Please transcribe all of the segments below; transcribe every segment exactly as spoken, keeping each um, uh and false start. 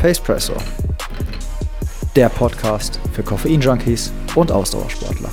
Pacepresso, der Podcast für Koffein-Junkies und Ausdauersportler.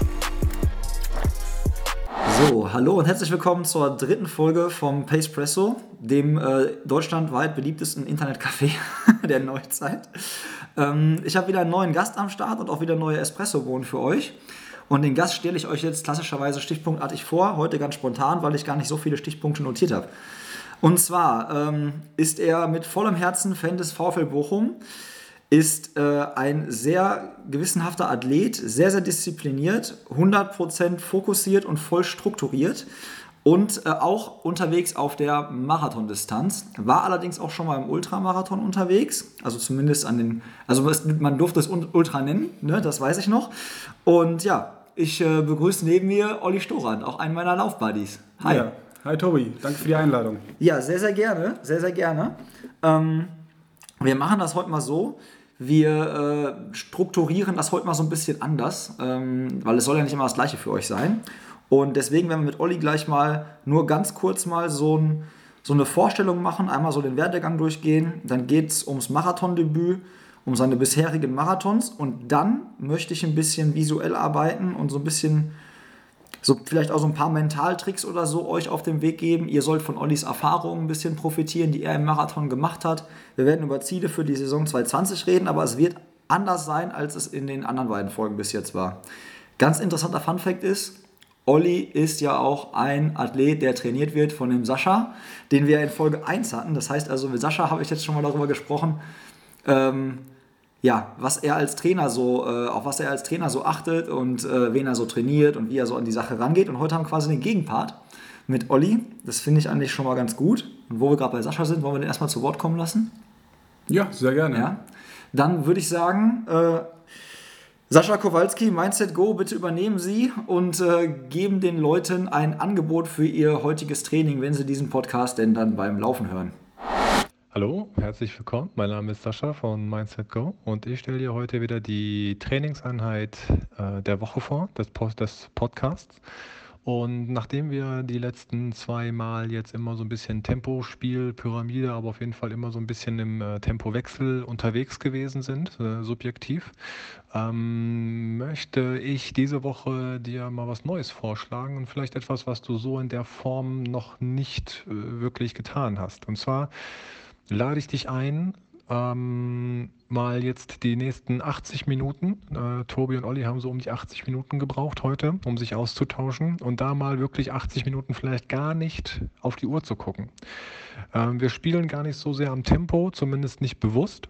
So, hallo und herzlich willkommen zur dritten Folge vom Pacepresso, dem äh, deutschlandweit beliebtesten Internetcafé der Neuzeit. Ähm, ich habe wieder einen neuen Gast am Start und auch wieder neue Espresso-Bohnen für euch. Und den Gast stelle ich euch jetzt klassischerweise stichpunktartig vor, heute ganz spontan, weil ich gar nicht so viele Stichpunkte notiert habe. Und zwar ähm, ist er mit vollem Herzen Fan des VfL Bochum, ist äh, ein sehr gewissenhafter Athlet, sehr, sehr diszipliniert, hundert Prozent fokussiert und voll strukturiert und äh, auch unterwegs auf der Marathondistanz, war allerdings auch schon mal im Ultramarathon unterwegs, also zumindest an den, also es, man durfte es Ultra nennen, ne, das weiß ich noch. Und ja, ich äh, begrüße neben mir Olli Storand, auch einen meiner Laufbuddies. Hi. Ja. Hi Tobi, danke für die Einladung. Ja, sehr, sehr gerne, sehr, sehr gerne. Ähm, wir machen das heute mal so, wir äh, strukturieren das heute mal so ein bisschen anders, ähm, weil es soll ja nicht immer das Gleiche für euch sein. Und deswegen werden wir mit Olli gleich mal nur ganz kurz mal so, ein, so eine Vorstellung machen, einmal so den Werdegang durchgehen, dann geht es ums Marathondebüt, um seine bisherigen Marathons und dann möchte ich ein bisschen visuell arbeiten und so ein bisschen, so vielleicht auch so ein paar Mentaltricks oder so euch auf den Weg geben. Ihr sollt von Ollis Erfahrungen ein bisschen profitieren, die er im Marathon gemacht hat. Wir werden über Ziele für die Saison zwanzig zwanzig reden, aber es wird anders sein, als es in den anderen beiden Folgen bis jetzt war. Ganz interessanter Funfact ist, Olli ist ja auch ein Athlet, der trainiert wird von dem Sascha, den wir in Folge eins hatten. Das heißt also, mit Sascha habe ich jetzt schon mal darüber gesprochen, ähm, ja, was er als Trainer so, äh, auf was er als Trainer so achtet und äh, wen er so trainiert und wie er so an die Sache rangeht. Und heute haben wir quasi den Gegenpart mit Olli. Das finde ich eigentlich schon mal ganz gut. Und wo wir gerade bei Sascha sind, wollen wir den erstmal zu Wort kommen lassen? Ja, sehr gerne. Ja. Dann würde ich sagen, äh, Sascha Kowalski, Mindset Go, bitte übernehmen Sie und äh, geben den Leuten ein Angebot für ihr heutiges Training, wenn sie diesen Podcast denn dann beim Laufen hören. Hallo, herzlich willkommen. Mein Name ist Sascha von Mindset Go und ich stelle dir heute wieder die Trainingseinheit äh, der Woche vor, des, Post, des Podcasts. Und nachdem wir die letzten zwei Mal jetzt immer so ein bisschen Tempospiel, Pyramide, aber auf jeden Fall immer so ein bisschen im äh, Tempowechsel unterwegs gewesen sind, äh, subjektiv, ähm, möchte ich diese Woche dir mal was Neues vorschlagen und vielleicht etwas, was du so in der Form noch nicht äh, wirklich getan hast. Und zwar lade ich dich ein, ähm, mal jetzt die nächsten achtzig Minuten, äh, Tobi und Olli haben so um die achtzig Minuten gebraucht heute, um sich auszutauschen und da mal wirklich achtzig Minuten vielleicht gar nicht auf die Uhr zu gucken. Ähm, wir spielen gar nicht so sehr am Tempo, zumindest nicht bewusst.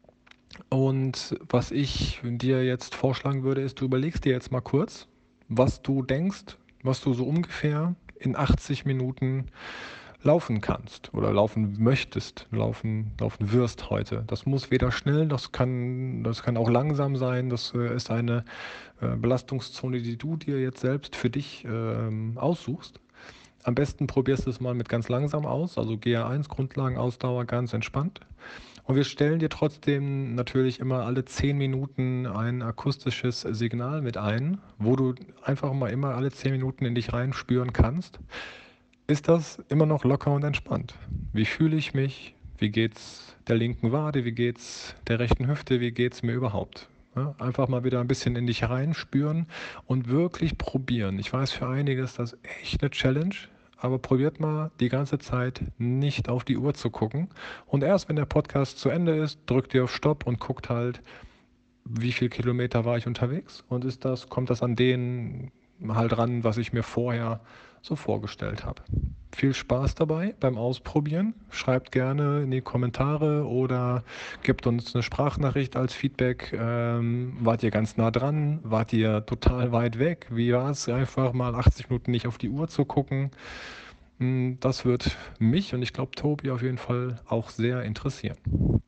Und was ich dir jetzt vorschlagen würde, ist, du überlegst dir jetzt mal kurz, was du denkst, was du so ungefähr in achtzig Minuten laufen kannst oder laufen möchtest, laufen, laufen wirst heute. Das muss weder schnell, das kann, das kann auch langsam sein. Das äh, ist eine äh, Belastungszone, die du dir jetzt selbst für dich ähm, aussuchst. Am besten probierst du es mal mit ganz langsam aus, also G A eins, Grundlagenausdauer, ganz entspannt. Und wir stellen dir trotzdem natürlich immer alle zehn Minuten ein akustisches Signal mit ein, wo du einfach mal immer alle zehn Minuten in dich reinspüren kannst. Ist das immer noch locker und entspannt? Wie fühle ich mich? Wie geht's der linken Wade? Wie geht's der rechten Hüfte? Wie geht's mir überhaupt? Ja, einfach mal wieder ein bisschen in dich reinspüren und wirklich probieren. Ich weiß, für einige ist das echt eine Challenge, aber probiert mal die ganze Zeit nicht auf die Uhr zu gucken. Und erst wenn der Podcast zu Ende ist, drückt ihr auf Stopp und guckt halt, wie viele Kilometer war ich unterwegs? Und ist das, kommt das an den halt ran, was ich mir vorher so vorgestellt habe. Viel Spaß dabei beim Ausprobieren. Schreibt gerne in die Kommentare oder gebt uns eine Sprachnachricht als Feedback. Ähm, wart ihr ganz nah dran? Wart ihr total weit weg? Wie war es, einfach mal achtzig Minuten nicht auf die Uhr zu gucken? Das wird mich und ich glaube Tobi auf jeden Fall auch sehr interessieren.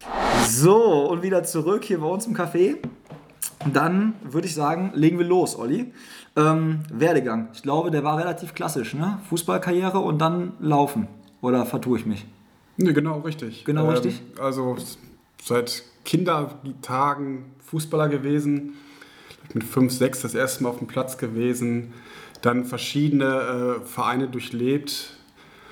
So, und wieder zurück hier bei uns im Café. Dann würde ich sagen, legen wir los, Olli. Ähm, Werdegang. Ich glaube, der war relativ klassisch, ne? Fußballkarriere und dann Laufen. Oder vertue ich mich? Nee, genau richtig. Genau ähm, richtig? Also seit Kindertagen Fußballer gewesen. Mit fünf, sechs das erste Mal auf dem Platz gewesen. Dann verschiedene äh, Vereine durchlebt.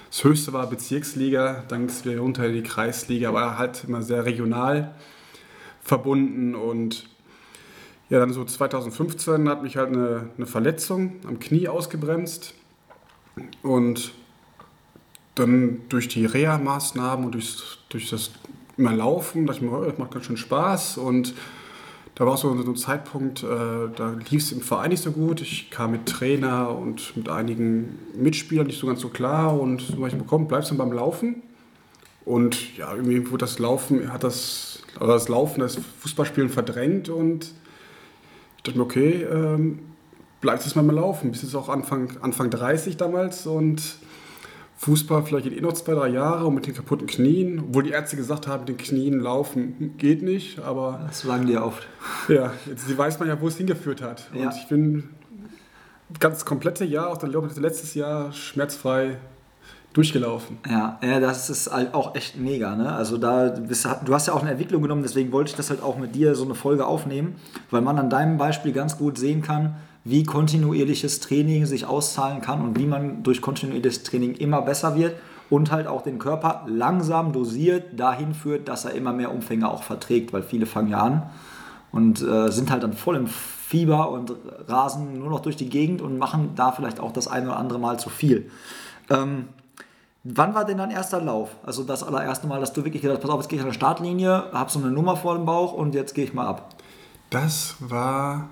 Das höchste war Bezirksliga, dann ging es wieder runter in die Kreisliga, aber halt immer sehr regional verbunden. Und ja, dann so zweitausendfünfzehn hat mich halt eine, eine Verletzung am Knie ausgebremst. Und dann durch die Reha-Maßnahmen und durch, durch das immer Laufen, dachte ich mir, oh, das macht ganz schön Spaß. Und da war auch so, so ein Zeitpunkt, äh, da lief es im Verein nicht so gut. Ich kam mit Trainer und mit einigen Mitspielern nicht so ganz so klar. Und so habe ich bekommen, bleibst du beim Laufen? Und ja, irgendwie wurde das Laufen, hat das, also das Laufen, das Fußballspielen verdrängt. Und ich dachte mir, okay, ähm, bleibst du jetzt mal beim Laufen. Bis jetzt auch Anfang, Anfang dreißig damals. Und Fußball vielleicht geht eh noch zwei, drei Jahre und mit den kaputten Knien, obwohl die Ärzte gesagt haben, mit den Knien laufen geht nicht, aber... Das sagen die ja oft. Ja, jetzt weiß man ja, wo es hingeführt hat. Ja. Und ich bin ganz komplette Jahr, auch das letztes Jahr schmerzfrei durchgelaufen. Ja, ja, das ist halt auch echt mega, ne? Also da bist, du hast ja auch eine Entwicklung genommen, deswegen wollte ich das halt auch mit dir so eine Folge aufnehmen, weil man an deinem Beispiel ganz gut sehen kann, wie kontinuierliches Training sich auszahlen kann und wie man durch kontinuierliches Training immer besser wird und halt auch den Körper langsam dosiert dahin führt, dass er immer mehr Umfänge auch verträgt, weil viele fangen ja an und äh, sind halt dann voll im Fieber und rasen nur noch durch die Gegend und machen da vielleicht auch das eine oder andere Mal zu viel. Ähm, wann war denn dein erster Lauf? Also das allererste Mal, dass du wirklich gedacht hast, pass auf, jetzt gehe ich an der Startlinie, habe so eine Nummer vor dem Bauch und jetzt gehe ich mal ab. Das war...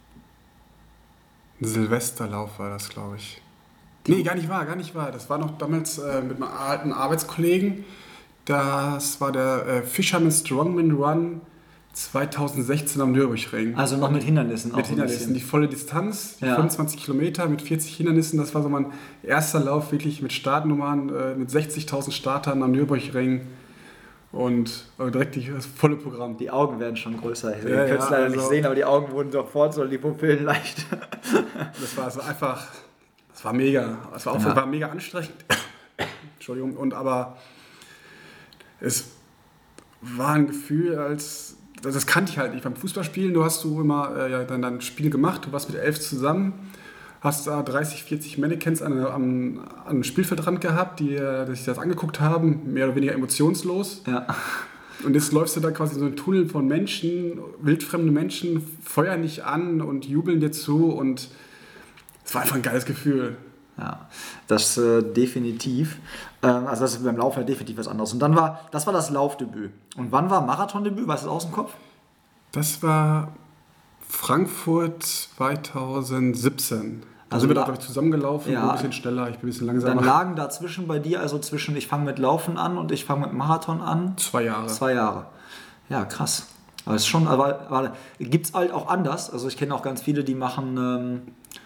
Ein Silvesterlauf war das, glaube ich. Nee, gar nicht wahr, gar nicht wahr. Das war noch damals äh, mit einem alten Arbeitskollegen. Das war der äh, Fisherman Strongman Run zweitausendsechzehn am Nürburgring. Also noch mit Hindernissen. Mit auch Hindernissen, die volle Distanz, die ja. fünfundzwanzig Kilometer mit vierzig Hindernissen. Das war so mein erster Lauf wirklich mit Startnummern, äh, mit sechzigtausend Startern am Nürburgring. Und direkt die, das volle Programm. Die Augen werden schon größer. Ja, Ihr könnt es ja, leider also nicht sehen, aber die Augen wurden sofort so, die Pupillen leicht. Das war also einfach, das war mega. Es war, auch, ja. war mega anstrengend. Entschuldigung. Und aber es war ein Gefühl, als das kannte ich halt nicht beim Fußballspielen. Du hast du immer äh, ja, dann ein Spiel gemacht, du warst mit elf zusammen. Hast da dreißig, vierzig Mannequins an, an, an einem Spielfeldrand gehabt, die, die sich das angeguckt haben, mehr oder weniger emotionslos. Ja. Und jetzt läufst du da quasi in so einen Tunnel von Menschen, wildfremde Menschen, feuern dich an und jubeln dir zu. Und es war einfach ein geiles Gefühl. Ja, das äh, definitiv. Ähm, also das ist beim Laufen ja definitiv was anderes. Und dann war, das war das Laufdebüt. Und wann war Marathondebüt? Weißt du das aus dem Kopf? Das war Frankfurt zweitausendsiebzehn. Da Also sind wir da, la- glaube ich, zusammengelaufen, Ja. ein bisschen schneller, ich bin ein bisschen Dann langsamer. lagen dazwischen bei dir, also zwischen ich fange mit Laufen an und ich fange mit Marathon an, Zwei Jahre. zwei Jahre. Ja, krass. Aber es ist schon, aber, aber gibt es halt auch anders. Also ich kenne auch ganz viele, die machen, ähm,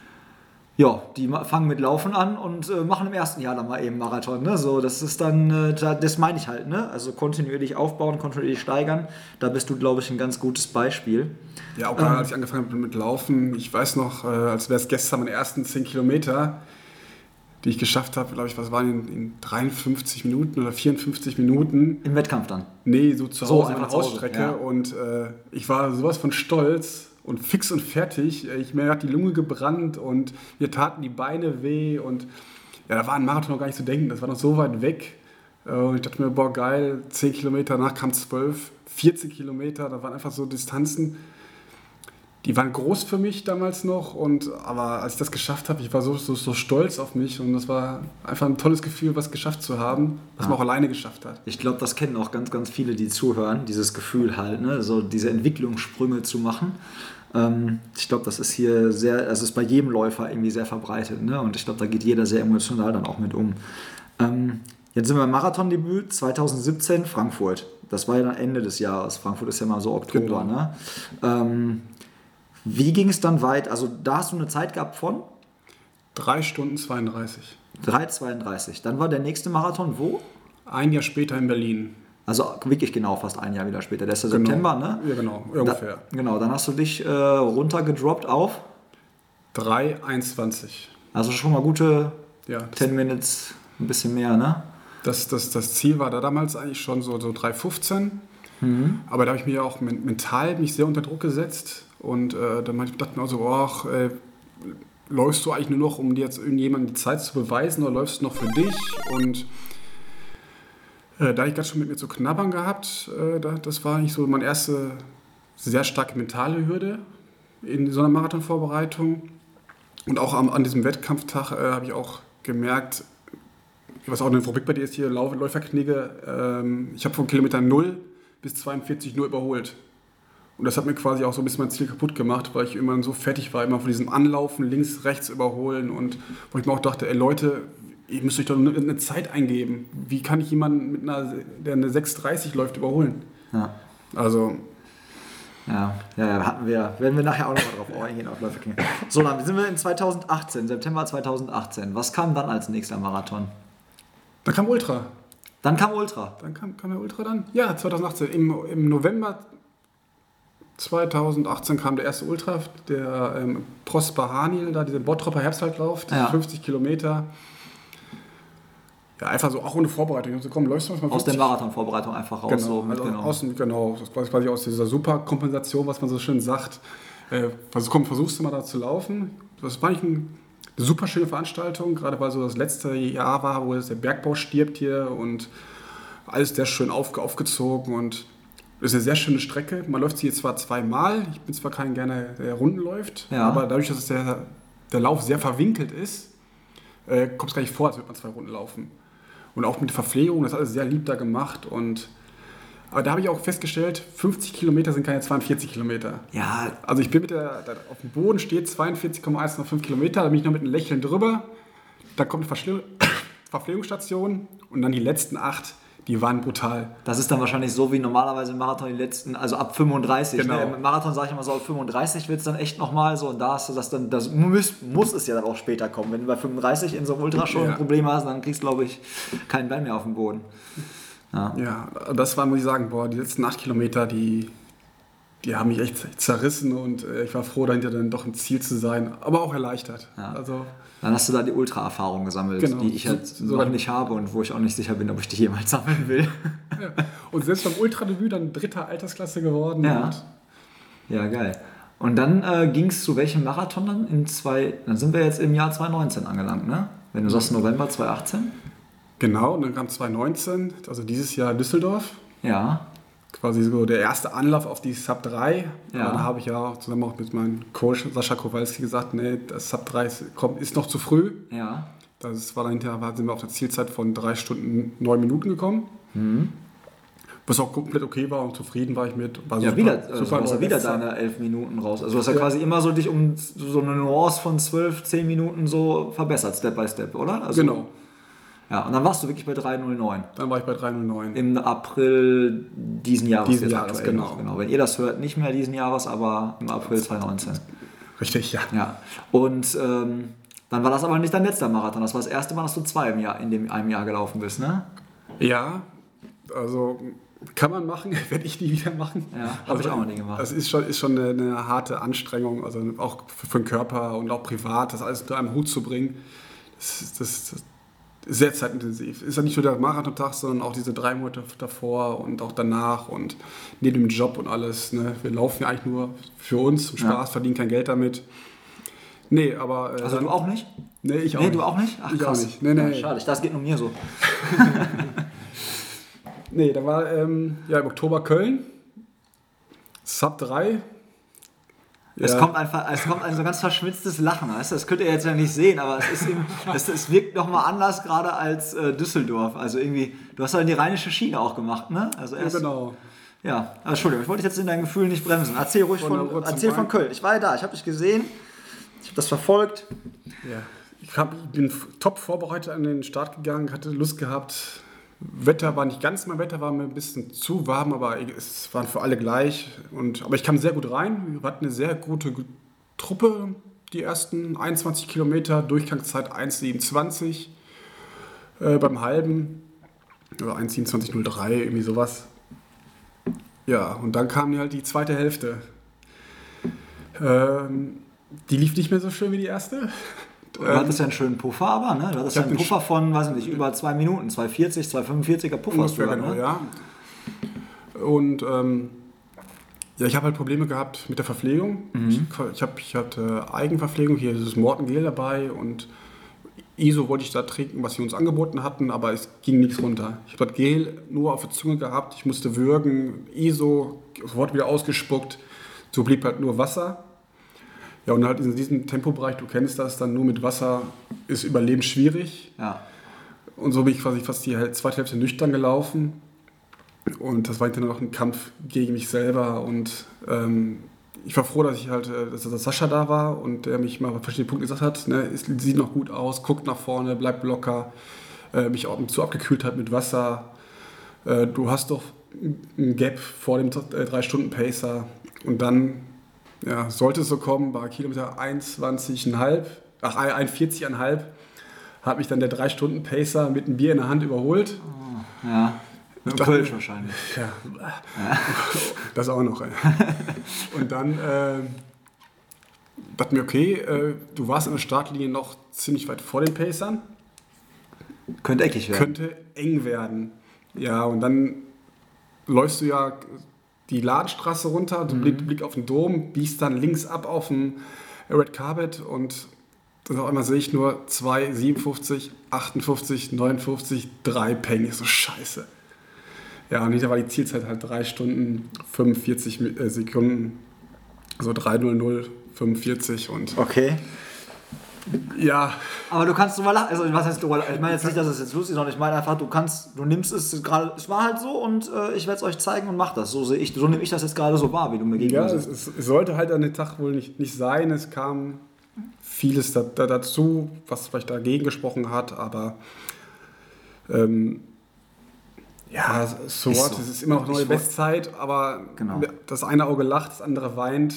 ja, die ma- fangen mit Laufen an und äh, machen im ersten Jahr dann mal eben Marathon. Ne? So, das ist dann, äh, da, das meine ich halt, ne? Also kontinuierlich aufbauen, kontinuierlich steigern. Da bist du, glaube ich, ein ganz gutes Beispiel. Ja, auch gerade als ich angefangen habe mit Laufen, ich weiß noch, äh, als wäre es gestern meine ersten zehn Kilometer, die ich geschafft habe, glaube ich, was waren in, in dreiundfünfzig Minuten oder vierundfünfzig Minuten. Im Wettkampf dann. Nee, so zu So, Hause, einfach meine zu Hause, Hausstrecke. ja. Und äh, ich war sowas von stolz und fix und fertig. Ich, mir hat die Lunge gebrannt und mir taten die Beine weh. Und ja, da war ein Marathon noch gar nicht zu denken. Das war noch so weit weg. Äh, und ich dachte mir, boah, geil, zehn Kilometer, danach kam zwölf, vierzehn Kilometer. Da waren einfach so Distanzen. Die waren groß für mich damals noch, und, aber als ich das geschafft habe, ich war so, so, so stolz auf mich, und das war einfach ein tolles Gefühl, was geschafft zu haben, was Ah. man auch alleine geschafft hat. Ich glaube, das kennen auch ganz, ganz viele, die zuhören, dieses Gefühl halt, ne? So diese Entwicklungssprünge zu machen. Ähm, ich glaube, das ist hier sehr, also ist bei jedem Läufer irgendwie sehr verbreitet, ne? Und ich glaube, da geht jeder sehr emotional dann auch mit um. Ähm, jetzt sind wir im Marathondebüt zweitausendsiebzehn Frankfurt. Das war ja dann Ende des Jahres. Frankfurt ist ja mal so Oktober, Genau. ne? Ähm, wie ging es dann weit? Also da hast du eine Zeit gehabt von drei Stunden zweiunddreißig. drei zweiunddreißig. Dann war der nächste Marathon wo? Ein Jahr später in Berlin. Also wirklich genau, fast ein Jahr wieder später. Der ist ja Genau. September, ne? Ja, genau, ungefähr. Da, genau, dann hast du dich äh, runtergedroppt auf, drei einundzwanzig. also schon mal gute Ja, zehn Minutes, ein bisschen mehr, ne? das, das, das Ziel war da damals eigentlich schon so, so drei fünfzehn. Mhm. Aber da habe ich mir auch men- mental mich sehr unter Druck gesetzt. Und äh, dann dachte ich mir auch so, oh, äh, läufst du eigentlich nur noch, um dir jetzt irgendjemandem die Zeit zu beweisen, oder läufst du noch für dich? Und äh, da habe ich ganz schon mit mir zu knabbern gehabt. Äh, da, das war eigentlich so meine erste sehr starke mentale Hürde in so einer Marathonvorbereitung. Und auch am, an diesem Wettkampftag äh, habe ich auch gemerkt, was auch eine Rubrik bei dir ist hier, Lauf, Läuferknigge, ähm, ich habe von Kilometer null bis zweiundvierzig nur überholt. Und das hat mir quasi auch so ein bisschen mein Ziel kaputt gemacht, weil ich immer so fertig war, immer von diesem Anlaufen, links, rechts überholen. Und wo ich mir auch dachte, ey Leute, ihr müsst euch doch eine, eine Zeit eingeben. Wie kann ich jemanden, mit einer, der eine sechs dreißig läuft, überholen? Ja. Also... Ja, ja, ja, hatten wir, werden wir nachher auch nochmal drauf eingehen auf Läuferknigge. So, dann sind wir in zweitausendachtzehn, September zweitausendachtzehn. Was kam dann als nächster Marathon? Dann kam Ultra. Dann kam Ultra. Dann kam, kam der Ultra dann? Ja, zweitausendachtzehn. Im, im November zweitausendachtzehn kam der erste Ultra, der ähm, Prosper Hanil, da dieser Bottropper Herbsthaltlauf, Ja. fünfzig Kilometer. Ja, einfach so, auch ohne Vorbereitung. Also, komm, läufst du mal Aus der fünfzig? Marathonvorbereitung einfach raus. Genau, so also mitgenommen. außen, genau, das war quasi aus dieser Superkompensation, was man so schön sagt. Äh, also komm, versuchst du mal da zu laufen. Das war nicht ein, eine super schöne Veranstaltung, gerade weil so das letzte Jahr war, wo jetzt der Bergbau stirbt hier und alles sehr schön auf, aufgezogen und das ist eine sehr schöne Strecke. Man läuft sie jetzt zwar zweimal, ich bin zwar kein gerne, der Runden läuft, Ja. aber dadurch, dass es der, der Lauf sehr verwinkelt ist, äh, kommt es gar nicht vor, als würde man zwei Runden laufen. Und auch mit Verpflegung, das ist alles sehr lieb da gemacht. Und, aber da habe ich auch festgestellt, fünfzig Kilometer sind keine zweiundvierzig Kilometer. Ja, Also ich bin mit der, da auf dem Boden steht zweiundvierzig Komma eins fünf Kilometer, da bin ich noch mit einem Lächeln drüber. Da kommt eine Verschle- Verpflegungsstation und dann die letzten acht, die waren brutal. das ist dann wahrscheinlich so wie normalerweise im Marathon die letzten, also ab fünfunddreißig. Genau. Ne? Im Marathon sage ich immer so, ab fünfunddreißig wird es dann echt nochmal so und da hast du das dann, das muss, muss es ja dann auch später kommen. Wenn du bei fünfunddreißig in so einem Ultra schon Ja. ein Problem hast, dann kriegst du, glaube ich, keinen Bein mehr auf dem Boden. Ja. Ja, das war, muss ich sagen, boah, die letzten acht Kilometer, die, die haben mich echt zerrissen und äh, ich war froh, dahinter dann doch im Ziel zu sein, aber auch erleichtert. Ja. Also, Dann hast du da die Ultra-Erfahrung gesammelt, Genau. die ich halt So- so noch dann- nicht habe und wo ich auch nicht sicher bin, ob ich die jemals sammeln will. ja. Und selbst beim Ultradebüt dann dritter Altersklasse geworden. Ja. Und Ja, geil. Und dann äh, ging es zu welchem Marathon dann? In zwei, dann sind wir jetzt im Jahr zweitausendneunzehn angelangt, ne? Wenn du sagst November zweitausendachtzehn? genau, und dann kam zweitausendneunzehn, also dieses Jahr Düsseldorf. Ja. Quasi so der erste Anlauf auf die Sub drei. Ja. Aber da habe ich ja auch zusammen auch mit meinem Coach Sascha Kowalski gesagt, nee, das Sub drei ist, kommt, ist noch zu früh. Ja. Das war dann hinterher, war- sind wir auf eine Zielzeit von drei Stunden, neun Minuten gekommen. Was auch komplett okay war und zufrieden war ich mit. War Ja, super- wieder, also super du hast ja wieder Bestzeit. deine elf Minuten raus. Also du hast ja, Ja. quasi immer so dich um so eine Nuance von zwölf, zehn Minuten so verbessert, Step by Step, oder? Also, Genau, Ja, und dann warst du wirklich bei drei null neun. dann war ich bei drei null neun. Im April diesen Jahres. Diesen jetzt Jahres, aktuell genau. noch, genau. Wenn ihr das hört, nicht mehr diesen Jahres, aber im April zweitausendneunzehn. Richtig, ja. Ja. Und ähm, dann war das aber nicht dein letzter Marathon. Das war das erste Mal, dass du zwei im Jahr, in dem einem Jahr gelaufen bist, ne? Ja, also kann man machen, werde ich nie wieder machen. Ja, hab also, ich auch noch nie gemacht. Das ist schon, ist schon eine, eine harte Anstrengung, also auch für, für den Körper und auch privat, das alles unter einem Hut zu bringen. Das, das, das ist sehr zeitintensiv. Ist ja nicht nur der Marathontag, sondern auch diese drei Monate davor und auch danach und neben dem Job und alles. Ne? Wir laufen ja eigentlich nur für uns, zum Spaß, Ja. verdienen kein Geld damit. Nee, aber... äh, Also dann- du auch nicht? Nee, ich auch Nee, nicht. du auch nicht? Ach Ich auch krass. nicht. Nee, nee. Ja, schade, das geht nur mir so. Nee, da war ähm, ja, im Oktober Köln, Sub drei. Es Ja. kommt einfach, es kommt ein so ganz verschmitztes Lachen, weißt du? Das könnt ihr jetzt ja nicht sehen, aber es ist eben, es, es wirkt nochmal anders gerade als äh, Düsseldorf. Also irgendwie, du hast halt die rheinische Schiene auch gemacht, ne? Also Ja, erst, genau. Ja, also, Entschuldigung, ich wollte dich jetzt in deinen Gefühlen nicht bremsen. Erzähl ruhig Von der von, Ruhr zum erzähl von Main. Köln. Ich war ja da, ich habe dich gesehen, ich habe das verfolgt. Ja. Ich, hab, ich bin top vorbereitet an den Start gegangen, hatte Lust gehabt. Wetter war nicht ganz mein Wetter, war mir ein bisschen zu warm, aber es waren für alle gleich. Und, aber ich kam sehr gut rein. Wir hatten eine sehr gute Truppe, die ersten einundzwanzig Kilometer, Durchgangszeit eins siebenundzwanzig äh, beim halben, oder eins siebenundzwanzig null drei, irgendwie sowas. Ja, und dann kam halt die zweite Hälfte. Ähm, die lief nicht mehr so schön wie die erste. Du hattest ja einen schönen Puffer, aber, ne? Du hattest Ich ja hab einen den Puffer von, weiß ich nicht, über zwei Minuten, zwei vierzig, zwei fünfundvierziger Puffer hast du Ungefähr, da, genau, ne? ja. Und ähm, Ja, ich habe halt Probleme gehabt mit der Verpflegung. Mhm. Ich, ich, hab, ich hatte Eigenverpflegung, hier ist das Morten Gel dabei und I S O wollte ich da trinken, was sie uns angeboten hatten, aber es ging nichts runter. Ich habe das Gel nur auf der Zunge gehabt, ich musste würgen, I S O, sofort wieder ausgespuckt, so blieb halt nur Wasser. Ja, und halt in diesem Tempobereich, du kennst das, dann nur mit Wasser ist Überleben schwierig. Ja. Und so bin ich quasi fast die zweite Hälfte nüchtern gelaufen. Und das war dann noch ein Kampf gegen mich selber. Und ähm, ich war froh, dass ich halt, dass der Sascha da war und der mich mal auf verschiedene Punkte gesagt hat, ne, es sieht noch gut aus, guckt nach vorne, bleibt locker, äh, mich auch so abgekühlt hat mit Wasser. Äh, du hast doch ein Gap vor dem drei Stunden Pacer. Und dann ja, sollte es so kommen, war Kilometer einundzwanzig Komma fünf, ach einundvierzig Komma fünf, hat mich dann der drei Stunden Pacer mit einem Bier in der Hand überholt. Oh, ja. Mit dem Kölsch wahrscheinlich. Ja. ja. Das auch noch. Ey. Und dann äh, dachten wir, okay, äh, du warst in der Startlinie noch ziemlich weit vor den Pacern. Könnte eckig werden. Könnte eng werden. Ja, und dann läufst du ja die Ladenstraße runter, du mhm. blickst Blick auf den Dom, biegst dann links ab auf den Red Carpet und dann auf einmal sehe ich nur zwei siebenundfünfzig, achtundfünfzig, neunundfünfzig, drei Peng. Ich so, scheiße. Ja, und hinterher war die Zielzeit halt drei Stunden fünfundvierzig Sekunden, also drei null null fünfundvierzig und... Okay. Ja. Aber du kannst drüber lachen, also was heißt drüber lachen? Ich meine jetzt nicht, dass es jetzt lustig ist, sondern ich meine einfach, du kannst, du nimmst es gerade, es war halt so und äh, ich werde es euch zeigen und mach das. So sehe ich, so nehme ich das jetzt gerade so wahr, wie du mir gegenüber Ja, es, es, es sollte halt an dem Tag wohl nicht, nicht sein, es kam vieles da, da, dazu, was vielleicht dagegen gesprochen hat, aber ähm, ja, so what, so. Es ist immer noch neue Bestzeit, aber genau. Das eine Auge lacht, das andere weint,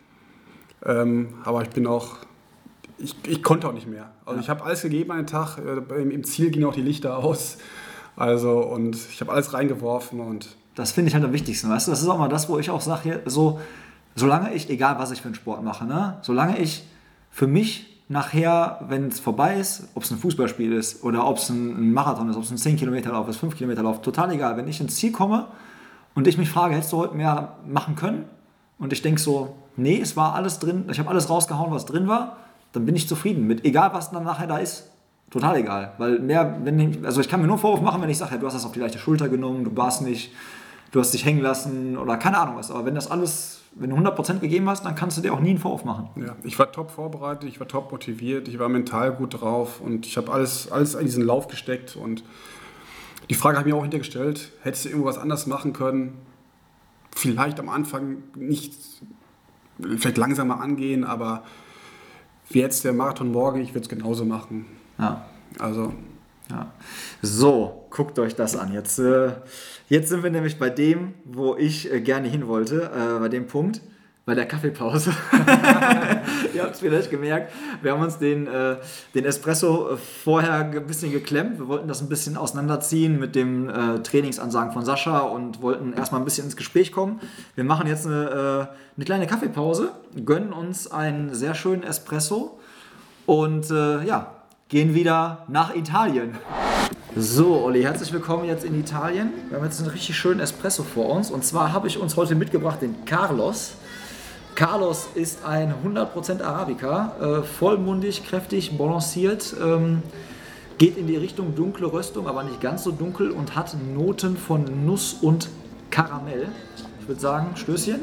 ähm, aber ich bin auch Ich, ich konnte auch nicht mehr. Also ja. Ich habe alles gegeben an den Tag. Im Ziel gingen auch die Lichter aus. Also und ich habe alles reingeworfen und. Das finde ich halt am wichtigsten, weißt du? Das ist auch mal das, wo ich auch sage, so, solange ich, egal was ich für einen Sport mache, ne, solange ich für mich nachher, wenn es vorbei ist, ob es ein Fußballspiel ist oder ob es ein Marathon ist, ob es ein zehn Kilometer Lauf ist, fünf Kilometer Lauf, total egal. Wenn ich ins Ziel komme und ich mich frage, hättest du heute mehr machen können? Und ich denke so, nee, es war alles drin, ich habe alles rausgehauen, was drin war. Dann bin ich zufrieden mit, egal was dann nachher da ist, total egal. Weil mehr, wenn ich, also ich kann mir nur Vorwurf machen, wenn ich sage, ja, du hast das auf die leichte Schulter genommen, du warst nicht, du hast dich hängen lassen oder keine Ahnung was. Aber wenn das alles, wenn du hundert Prozent gegeben hast, dann kannst du dir auch nie einen Vorwurf machen. Ja, ich war top vorbereitet, ich war top motiviert, ich war mental gut drauf und ich habe alles, alles in diesen Lauf gesteckt und die Frage habe ich mir auch hintergestellt, hättest du irgendwas anders machen können? Vielleicht am Anfang nicht, vielleicht langsamer angehen, aber wie jetzt der Marathon morgen, ich würde es genauso machen. Ja. Also. Ja. So, guckt euch das an. Jetzt, äh, jetzt sind wir nämlich bei dem, wo ich äh, gerne hin wollte, äh, bei dem Punkt, bei der Kaffeepause. Ihr habt es vielleicht gemerkt, wir haben uns den, äh, den Espresso vorher ein bisschen geklemmt. Wir wollten das ein bisschen auseinanderziehen mit dem äh, Trainingsansagen von Sascha und wollten erstmal ein bisschen ins Gespräch kommen. Wir machen jetzt eine, äh, eine kleine Kaffeepause, gönnen uns einen sehr schönen Espresso und äh, ja, gehen wieder nach Italien. So, Olli, herzlich willkommen jetzt in Italien. Wir haben jetzt einen richtig schönen Espresso vor uns und zwar habe ich uns heute mitgebracht den Carlos. Carlos ist ein hundert Prozent Arabica, äh, vollmundig, kräftig, balanciert, ähm, geht in die Richtung dunkle Röstung, aber nicht ganz so dunkel und hat Noten von Nuss und Karamell. Ich würde sagen, Stößchen.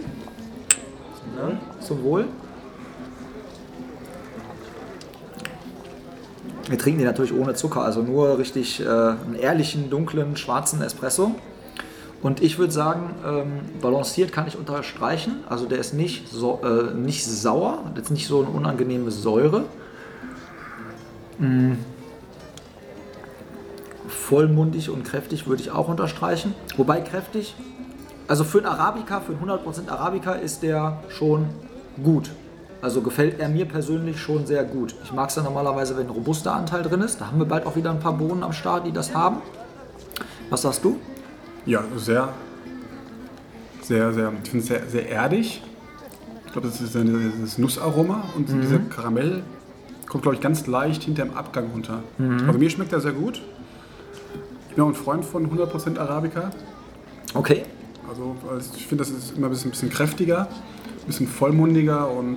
Ja, zum Wohl. Wir trinken den natürlich ohne Zucker, also nur richtig äh, einen ehrlichen, dunklen, schwarzen Espresso. Und ich würde sagen, ähm, balanciert kann ich unterstreichen. Also der ist nicht, so, äh, nicht sauer, hat jetzt nicht so eine unangenehme Säure. Mm. Vollmundig und kräftig würde ich auch unterstreichen. Wobei kräftig, also für einen Arabica, für einen hundert Prozent Arabica ist der schon gut. Also gefällt er mir persönlich schon sehr gut. Ich mag es ja normalerweise, wenn ein robuster Anteil drin ist. Da haben wir bald auch wieder ein paar Bohnen am Start, die das haben. Was sagst du? Ja, sehr, sehr, sehr, ich finde es sehr, sehr erdig. Ich glaube, das ist das Nussaroma und mhm. dieser Karamell kommt, glaube ich, ganz leicht hinter dem Abgang runter. Mhm. Also mir schmeckt er sehr gut. Ich bin auch ein Freund von hundert Prozent Arabica. Okay. Also also ich finde, das ist immer ein bisschen, bisschen kräftiger, ein bisschen vollmundiger und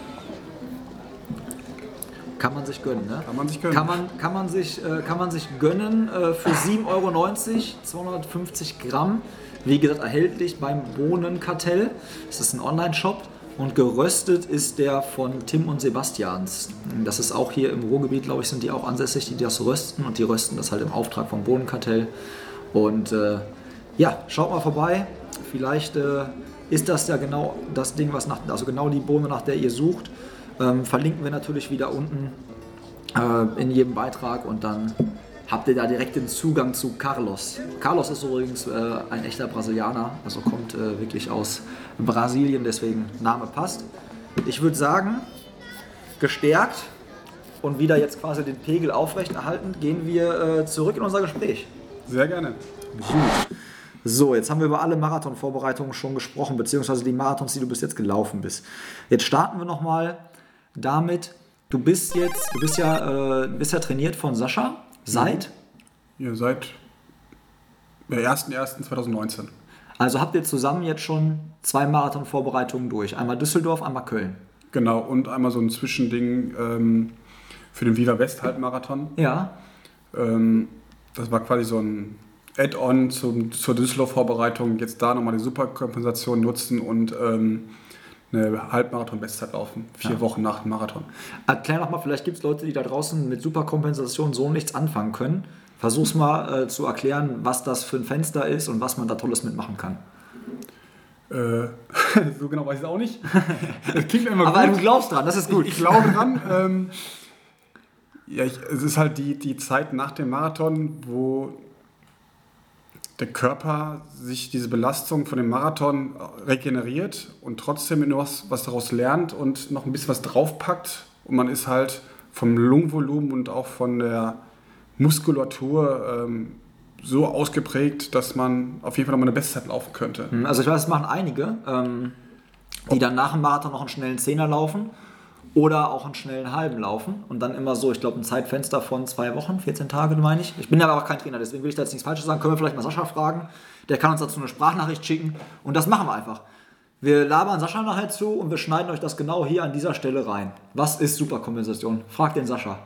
Kann man sich gönnen, ne? kann man sich gönnen. Kann man, kann man, sich, äh, kann man sich gönnen äh, für sieben Euro neunzig, zweihundertfünfzig Gramm. Wie gesagt, erhältlich beim Bohnenkartell. Das ist ein Online-Shop. Und geröstet ist der von Tim und Sebastians. Das ist auch hier im Ruhrgebiet, glaube ich, sind die auch ansässig, die das rösten. Und die rösten das halt im Auftrag vom Bohnenkartell. Und äh, ja, schaut mal vorbei. Vielleicht äh, ist das ja genau das Ding, was nach, also genau die Bohne, nach der ihr sucht. Ähm, verlinken wir natürlich wieder unten äh, in jedem Beitrag und dann habt ihr da direkt den Zugang zu Carlos. Carlos ist übrigens äh, ein echter Brasilianer, also kommt äh, wirklich aus Brasilien, deswegen Name passt. Ich würde sagen, gestärkt und wieder jetzt quasi den Pegel aufrechterhalten, gehen wir äh, zurück in unser Gespräch. Sehr gerne. Gut. So, jetzt haben wir über alle Marathonvorbereitungen schon gesprochen, beziehungsweise die Marathons, die du bis jetzt gelaufen bist. Jetzt starten wir nochmal damit, du bist jetzt, du bist ja, äh, bist ja trainiert von Sascha, seit? Ja, seit der ersten ersten zweitausendneunzehn. Also habt ihr zusammen jetzt schon zwei Marathonvorbereitungen durch, einmal Düsseldorf, einmal Köln. Genau, und einmal so ein Zwischending ähm, für den Viva West Halbmarathon. Ja. Ähm, das war quasi so ein Add-on zum, zur Düsseldorf-Vorbereitung. Jetzt da nochmal die Superkompensation nutzen und ähm, eine Halbmarathon-Bestzeit laufen. Vier Ja. Wochen nach dem Marathon. Erklär doch mal, vielleicht gibt es Leute, die da draußen mit Superkompensation so nichts anfangen können. Versuch's mal äh, zu erklären, was das für ein Fenster ist und was man da Tolles mitmachen kann. Äh, so genau weiß ich es auch nicht. Das klingt immer Aber gut. du glaubst dran, das ist gut. Ich, ich glaube dran. ähm, ja, ich, es ist halt die, die Zeit nach dem Marathon, wo der Körper sich diese Belastung von dem Marathon regeneriert und trotzdem nur was, was daraus lernt und noch ein bisschen was draufpackt. Und man ist halt vom Lungenvolumen und auch von der Muskulatur ähm, so ausgeprägt, dass man auf jeden Fall noch mal eine Bestzeit laufen könnte. Also ich weiß, das machen einige, ähm, die dann nach dem Marathon noch einen schnellen Zehner laufen oder auch einen schnellen halben laufen und dann immer so, ich glaube, ein Zeitfenster von zwei Wochen, vierzehn Tage, meine ich. Ich bin aber auch kein Trainer, deswegen will ich da jetzt nichts Falsches sagen. Können wir vielleicht mal Sascha fragen, der kann uns dazu eine Sprachnachricht schicken und das machen wir einfach. Wir labern Sascha nachher zu und wir schneiden euch das genau hier an dieser Stelle rein. Was ist Superkompensation? Fragt den Sascha.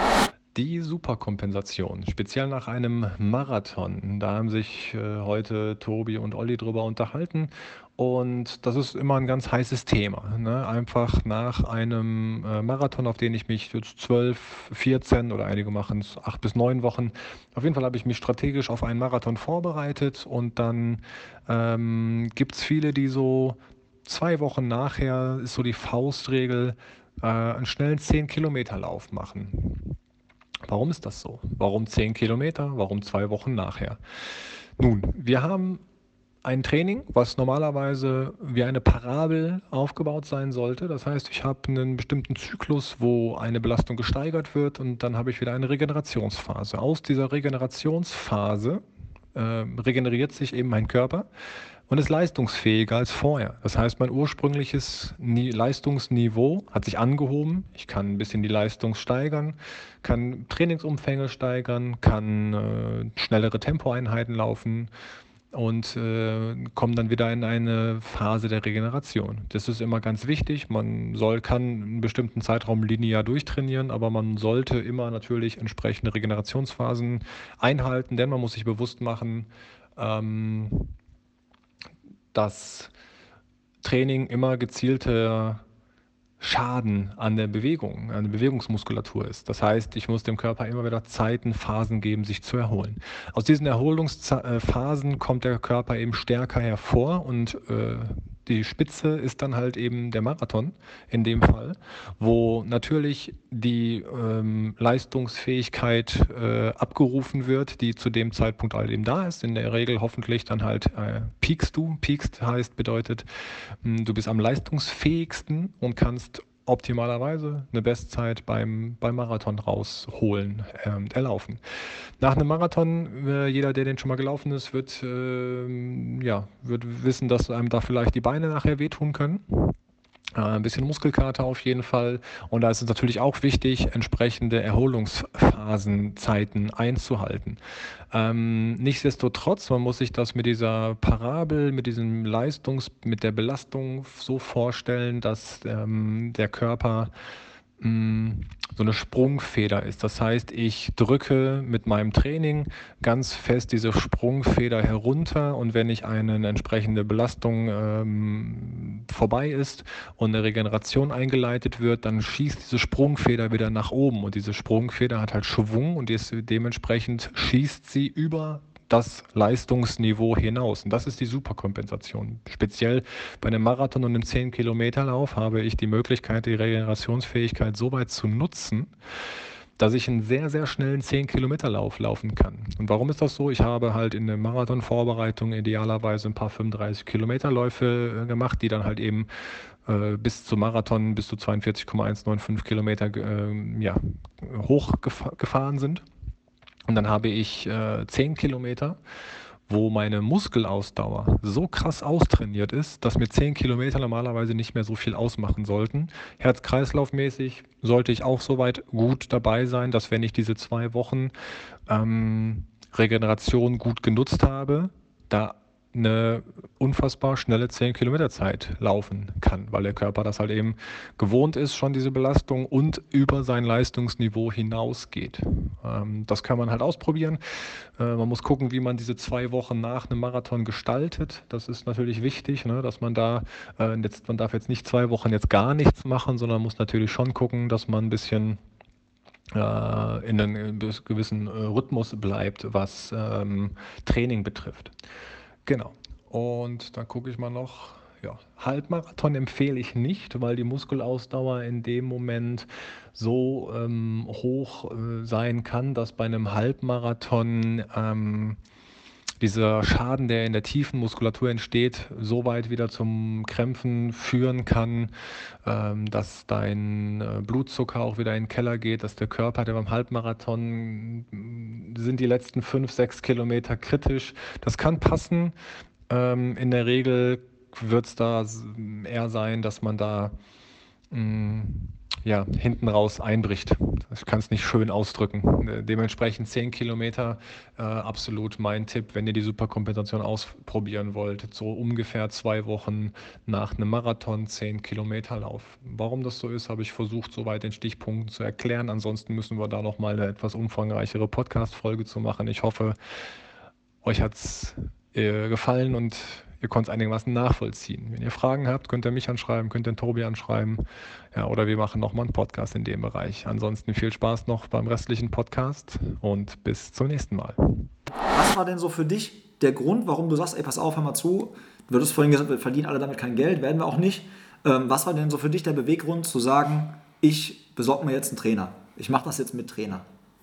Die Superkompensation, speziell nach einem Marathon. Da haben sich äh, heute Tobi und Olli drüber unterhalten und das ist immer ein ganz heißes Thema. Ne? Einfach nach einem äh, Marathon, auf den ich mich jetzt zwölf, vierzehn oder einige machen es acht bis neun Wochen. Auf jeden Fall habe ich mich strategisch auf einen Marathon vorbereitet und dann ähm, gibt es viele, die so zwei Wochen nachher, ist so die Faustregel, äh, einen schnellen zehn Kilometer Lauf machen. Warum ist das so? Warum zehn Kilometer? Warum zwei Wochen nachher? Nun, wir haben ein Training, was normalerweise wie eine Parabel aufgebaut sein sollte. Das heißt, ich habe einen bestimmten Zyklus, wo eine Belastung gesteigert wird und dann habe ich wieder eine Regenerationsphase. Aus dieser Regenerationsphase äh, regeneriert sich eben mein Körper und ist leistungsfähiger als vorher. Das heißt, mein ursprüngliches Ni- Leistungsniveau hat sich angehoben. Ich kann ein bisschen die Leistung steigern, kann Trainingsumfänge steigern, kann äh, schnellere Tempoeinheiten laufen und äh, komme dann wieder in eine Phase der Regeneration. Das ist immer ganz wichtig. Man soll, kann einen bestimmten Zeitraum linear durchtrainieren, aber man sollte immer natürlich entsprechende Regenerationsphasen einhalten, denn man muss sich bewusst machen, ähm, dass Training immer gezielter Schaden an der Bewegung, an der Bewegungsmuskulatur ist. Das heißt, ich muss dem Körper immer wieder Zeiten, Phasen geben, sich zu erholen. Aus diesen Erholungsphasen kommt der Körper eben stärker hervor und äh, die Spitze ist dann halt eben der Marathon in dem Fall, wo natürlich die ähm, Leistungsfähigkeit äh, abgerufen wird, die zu dem Zeitpunkt halt eben da ist. In der Regel hoffentlich dann halt äh, peakst du. Peakst heißt, bedeutet, mh, du bist am leistungsfähigsten und kannst optimalerweise eine Bestzeit beim, beim Marathon rausholen, ähm, erlaufen. Nach einem Marathon, äh, jeder, der den schon mal gelaufen ist, wird, äh, ja, wird wissen, dass einem da vielleicht die Beine nachher wehtun können. Ein bisschen Muskelkater auf jeden Fall. Und da ist es natürlich auch wichtig, entsprechende Erholungsphasenzeiten einzuhalten. Ähm, nichtsdestotrotz, man muss sich das mit dieser Parabel, mit diesem Leistungs-, mit der Belastung so vorstellen, dass ähm, der Körper mh, so eine Sprungfeder ist. Das heißt, ich drücke mit meinem Training ganz fest diese Sprungfeder herunter, und wenn ich eine entsprechende Belastung ähm, vorbei ist und eine Regeneration eingeleitet wird, dann schießt diese Sprungfeder wieder nach oben, und diese Sprungfeder hat halt Schwung, und ist, dementsprechend schießt sie über das Leistungsniveau hinaus. Und das ist die Superkompensation. Speziell bei einem Marathon und einem zehn-Kilometer-Lauf habe ich die Möglichkeit, die Regenerationsfähigkeit so weit zu nutzen, dass ich einen sehr, sehr schnellen zehn-Kilometer-Lauf laufen kann. Und warum ist das so? Ich habe halt in der Marathon-Vorbereitung idealerweise ein paar fünfunddreißig-Kilometer-Läufe gemacht, die dann halt eben äh, bis zum Marathon, bis zu zweiundvierzig Komma hundertfünfundneunzig Kilometer äh, ja, hochgefahren sind. Und dann habe ich äh, zehn Kilometer, wo meine Muskelausdauer so krass austrainiert ist, dass mir zehn Kilometer normalerweise nicht mehr so viel ausmachen sollten. Herz-Kreislauf-mäßig sollte ich auch soweit gut dabei sein, dass wenn ich diese zwei Wochen ähm, Regeneration gut genutzt habe, da eine unfassbar schnelle zehn Kilometer Zeit laufen kann, weil der Körper das halt eben gewohnt ist, schon diese Belastung, und über sein Leistungsniveau hinausgeht. Ähm, das kann man halt ausprobieren. Äh, man muss gucken, wie man diese zwei Wochen nach einem Marathon gestaltet. Das ist natürlich wichtig, ne, dass man da, äh, jetzt, man darf jetzt nicht zwei Wochen jetzt gar nichts machen, sondern muss natürlich schon gucken, dass man ein bisschen äh, in einem gewissen äh, Rhythmus bleibt, was ähm, Training betrifft. Genau. Und dann gucke ich mal noch. Ja, Halbmarathon empfehle ich nicht, weil die Muskelausdauer in dem Moment so ähm, hoch äh, sein kann, dass bei einem Halbmarathon ähm, dieser Schaden, der in der tiefen Muskulatur entsteht, so weit wieder zum Krämpfen führen kann, ähm, dass dein äh, Blutzucker auch wieder in den Keller geht, dass der Körper, der beim Halbmarathon sind die letzten fünf, sechs Kilometer kritisch. Das kann passen. Ähm, in der Regel wird es da eher sein, dass man da mh, ja, hinten raus einbricht. Ich kann es nicht schön ausdrücken. Dementsprechend zehn Kilometer, äh, absolut mein Tipp, wenn ihr die Superkompensation ausprobieren wollt. So ungefähr zwei Wochen nach einem Marathon, zehn Kilometer Lauf. Warum das so ist, habe ich versucht, soweit in Stichpunkten zu erklären. Ansonsten müssen wir da nochmal eine etwas umfangreichere Podcast-Folge zu machen. Ich hoffe, euch hat es äh, gefallen und ihr könnt es einigermaßen nachvollziehen. Wenn ihr Fragen habt, könnt ihr mich anschreiben, könnt ihr den Tobi anschreiben. Ja, oder wir machen nochmal einen Podcast in dem Bereich. Ansonsten viel Spaß noch beim restlichen Podcast und bis zum nächsten Mal. Was war denn so für dich der Grund, warum du sagst, ey, pass auf, hör mal zu, du hattest vorhin gesagt, wir verdienen alle damit kein Geld, werden wir auch nicht. Ähm, was war denn so für dich der Beweggrund zu sagen, ich besorge mir jetzt einen Trainer, ich mache das jetzt mit Trainer?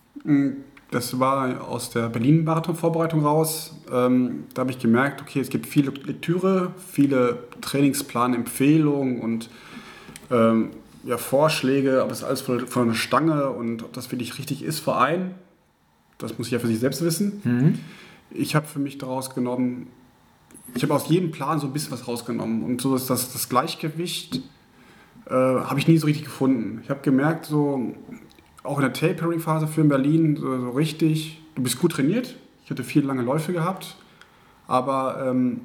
Das war aus der Berlin-Marathon-Vorbereitung raus. Ähm, da habe ich gemerkt, okay, es gibt viele Lektüre, viele Trainingsplan-Empfehlungen und ähm, ja, Vorschläge, aber es ist alles von, von der Stange, und ob das wirklich richtig ist für einen, das muss ich ja für sich selbst wissen. Mhm. Ich habe für mich daraus genommen, ich habe aus jedem Plan so ein bisschen was rausgenommen, und so ist das, das Gleichgewicht äh, habe ich nie so richtig gefunden. Ich habe gemerkt, so auch in der Tapering-Phase für in Berlin, so, so richtig, du bist gut trainiert, ich hatte viele lange Läufe gehabt, aber ähm,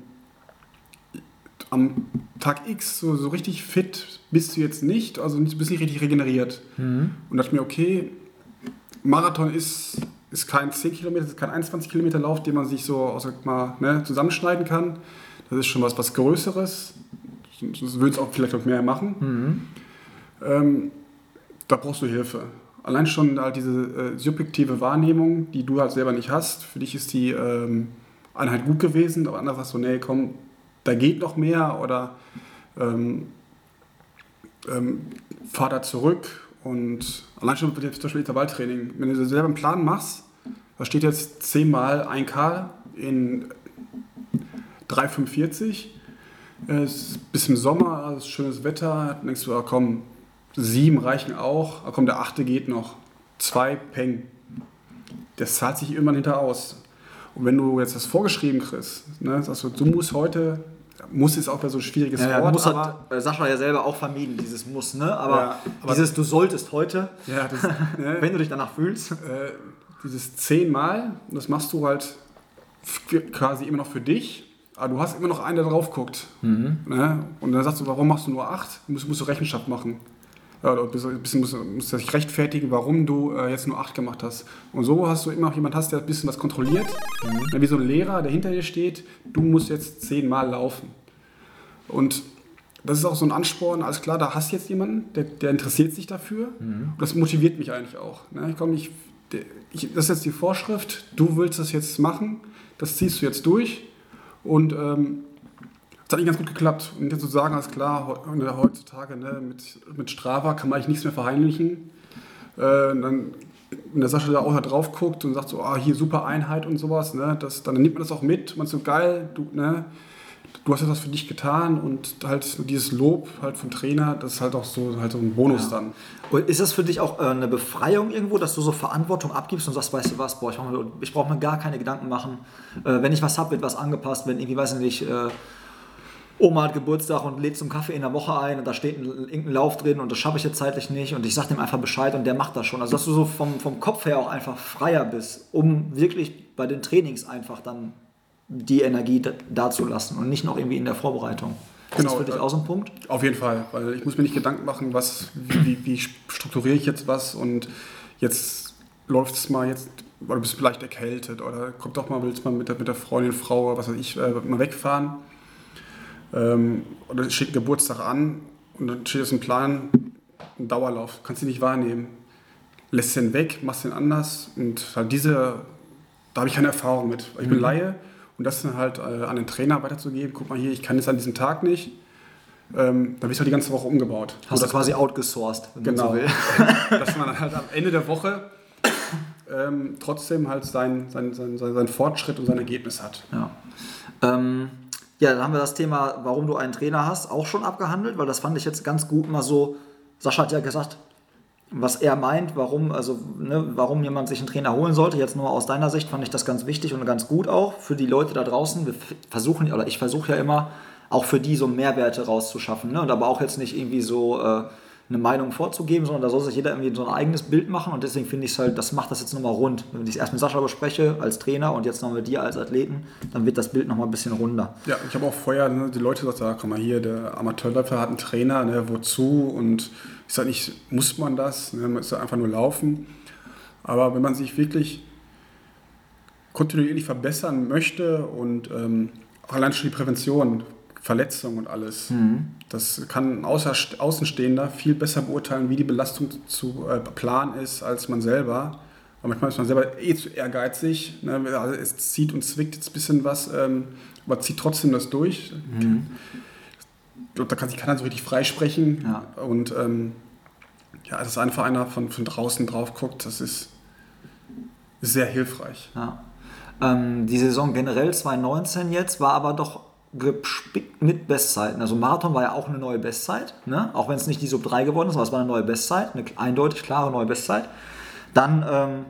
am Tag X so, so richtig fit bist du jetzt nicht, also du bist nicht richtig regeneriert. Mhm. Und dachte mir, okay, Marathon ist, ist kein zehn Kilometer, ist kein einundzwanzig Kilometer Lauf, den man sich so sag mal, ne, zusammenschneiden kann. Das ist schon was, was Größeres, das würde es auch vielleicht noch mehr machen. Mhm. Ähm, da brauchst du Hilfe. Allein schon halt diese äh, subjektive Wahrnehmung, die du halt selber nicht hast. Für dich ist die ähm, Einheit gut gewesen, aber anders sagst du, nee, komm, da geht noch mehr, oder ähm, ähm, fahr da zurück. Und allein schon zum Beispiel Intervalltraining. Wenn du selber einen Plan machst, da steht jetzt zehnmal ein K in drei Komma fünfundvierzig. Es ist bis im Sommer, es ist schönes Wetter, dann denkst du, ah, komm, sieben reichen auch, ah, komm, der achte geht noch. Zwei, peng. Das zahlt sich irgendwann hinter aus. Und wenn du jetzt das vorgeschrieben kriegst, ne, sagst du, du musst heute Muss ist auch bei so ein schwieriges Ja, Wort. muss aber, hat äh, Sascha ja selber auch vermieden, dieses Muss, ne? Aber, Ja, aber dieses Du solltest heute, ja, das, ne, wenn du dich danach fühlst. äh, dieses zehnmal, das machst du halt f- quasi immer noch für dich, aber du hast immer noch einen, der drauf guckt. Mhm. Ne? Und dann sagst du, warum machst du nur acht? Du musst, musst du Rechenschaft machen. Ja, oder ein bisschen musst, musst du dich rechtfertigen, warum du äh, jetzt nur acht gemacht hast. Und so hast du immer noch jemanden, hast, der ein bisschen was kontrolliert. Mhm. Ja, wie so ein Lehrer, der hinter dir steht, du musst jetzt zehnmal laufen. Und das ist auch so ein Ansporn, alles klar, da hast du jetzt jemanden, der, der interessiert sich dafür. Mhm. Und das motiviert mich eigentlich auch. Ne? Ich komme nicht, der, ich, das ist jetzt die Vorschrift, du willst das jetzt machen, das ziehst du jetzt durch. Und ähm, das hat nicht ganz gut geklappt. Und jetzt zu sagen, alles klar, heutzutage ne, mit, mit Strava kann man eigentlich nichts mehr verheimlichen. Äh, dann, wenn der Sascha da auch da drauf guckt und sagt so, ah, hier super Einheit und sowas, ne, das, dann nimmt man das auch mit. Man ist so geil, du, ne, du hast jetzt was für dich getan und halt dieses Lob halt vom Trainer, das ist halt auch so, halt so ein Bonus ja. dann. Und ist das für dich auch äh, eine Befreiung irgendwo, dass du so Verantwortung abgibst und sagst, weißt du was, boah, ich brauche mir, ich brauch mir gar keine Gedanken machen. Äh, wenn ich was habe, wird was angepasst, wenn irgendwie, weiß ich nicht, äh, Oma hat Geburtstag und lädt zum Kaffee in der Woche ein und da steht ein, irgendein Lauf drin und das schaffe ich jetzt zeitlich nicht und ich sage dem einfach Bescheid und der macht das schon. Also dass du so vom, vom Kopf her auch einfach freier bist, um wirklich bei den Trainings einfach dann die Energie da, da zu lassen und nicht noch irgendwie in der Vorbereitung. Ist genau, das für dich auch so ein Punkt? Auf jeden Fall, weil ich muss mir nicht Gedanken machen, was, wie, wie, wie strukturiere ich jetzt was und jetzt läuft es mal jetzt, oder du bist vielleicht erkältet oder kommt doch mal, willst mal mit der, mit der Freundin, Frau, was weiß ich, äh, mal wegfahren. Ähm, oder es steht ein Geburtstag an und dann steht jetzt ein Plan, ein Dauerlauf, kannst du nicht wahrnehmen. Lässt den weg, machst den anders und halt diese, da habe ich keine Erfahrung mit. Ich bin mhm. Laie und das dann halt äh, an den Trainer weiterzugeben, guck mal hier, ich kann das an diesem Tag nicht, ähm, dann wird halt die ganze Woche umgebaut. Hast du quasi outgesourced, wenn genau. man so will. Dass man halt am Ende der Woche ähm, trotzdem halt seinen sein, sein, sein, sein Fortschritt und sein Ergebnis hat. Ja. Ähm Ja, dann haben wir das Thema, warum du einen Trainer hast, auch schon abgehandelt, weil das fand ich jetzt ganz gut mal so. Sascha hat ja gesagt, was er meint, warum, also, ne, warum jemand sich einen Trainer holen sollte. Jetzt nur aus deiner Sicht fand ich das ganz wichtig und ganz gut auch für die Leute da draußen. Wir versuchen, oder ich versuche ja immer, auch für die so Mehrwerte rauszuschaffen. Ne? Und aber auch jetzt nicht irgendwie so äh, eine Meinung vorzugeben, sondern da soll sich jeder irgendwie so ein eigenes Bild machen. Und deswegen finde ich es halt, das macht das jetzt nochmal rund. Wenn ich es erst mit Sascha bespreche als Trainer und jetzt noch mit dir als Athleten, dann wird das Bild nochmal ein bisschen runder. Ja, ich habe auch vorher ne, die Leute gesagt, ja, komm mal hier, der Amateurläufer hat einen Trainer, ne, wozu? Und ich sage nicht, muss man das? Ne, man muss einfach nur laufen. Aber wenn man sich wirklich kontinuierlich verbessern möchte und ähm, auch allein schon die Prävention, Verletzungen und alles, mhm. das kann ein Außenstehender viel besser beurteilen, wie die Belastung zu äh, planen ist, als man selber. Aber manchmal ist man selber eh zu ehrgeizig. Ne? Also es zieht und zwickt jetzt ein bisschen was, ähm, aber zieht trotzdem das durch. Mhm. Ich glaube, da kann sich keiner so richtig freisprechen. Ja. Und ähm, ja, dass einfach einer von, von draußen drauf guckt, das ist, ist sehr hilfreich. Ja. Ähm, die Saison generell zwanzig neunzehn jetzt war aber doch gespickt mit Bestzeiten. Also Marathon war ja auch eine neue Bestzeit, ne? Auch wenn es nicht die Sub drei geworden ist, aber es war eine neue Bestzeit, eine eindeutig klare neue Bestzeit. Dann ähm,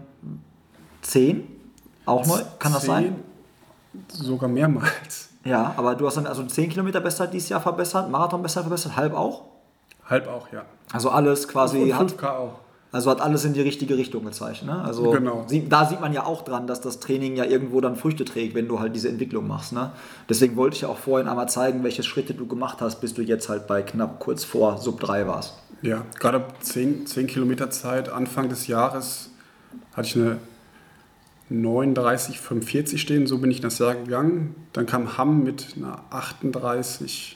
zehn, auch neu, kann das sein? Sogar mehrmals. Ja, aber du hast dann also zehn Kilometer Bestzeit dieses Jahr verbessert, Marathon Bestzeit verbessert, halb auch? Halb auch, ja. Also alles quasi... Und fünf K hat, auch. Also hat alles in die richtige Richtung gezeigt. Ne? Also genau. sie, da sieht man ja auch dran, dass das Training ja irgendwo dann Früchte trägt, wenn du halt diese Entwicklung machst. Ne? Deswegen wollte ich ja auch vorhin einmal zeigen, welche Schritte du gemacht hast, bis du jetzt halt bei knapp kurz vor Sub drei warst. Ja, gerade zehn Kilometer Zeit, Anfang des Jahres hatte ich eine neununddreißig fünfundvierzig stehen, so bin ich in das Jahr gegangen. Dann kam Hamm mit einer achtunddreißig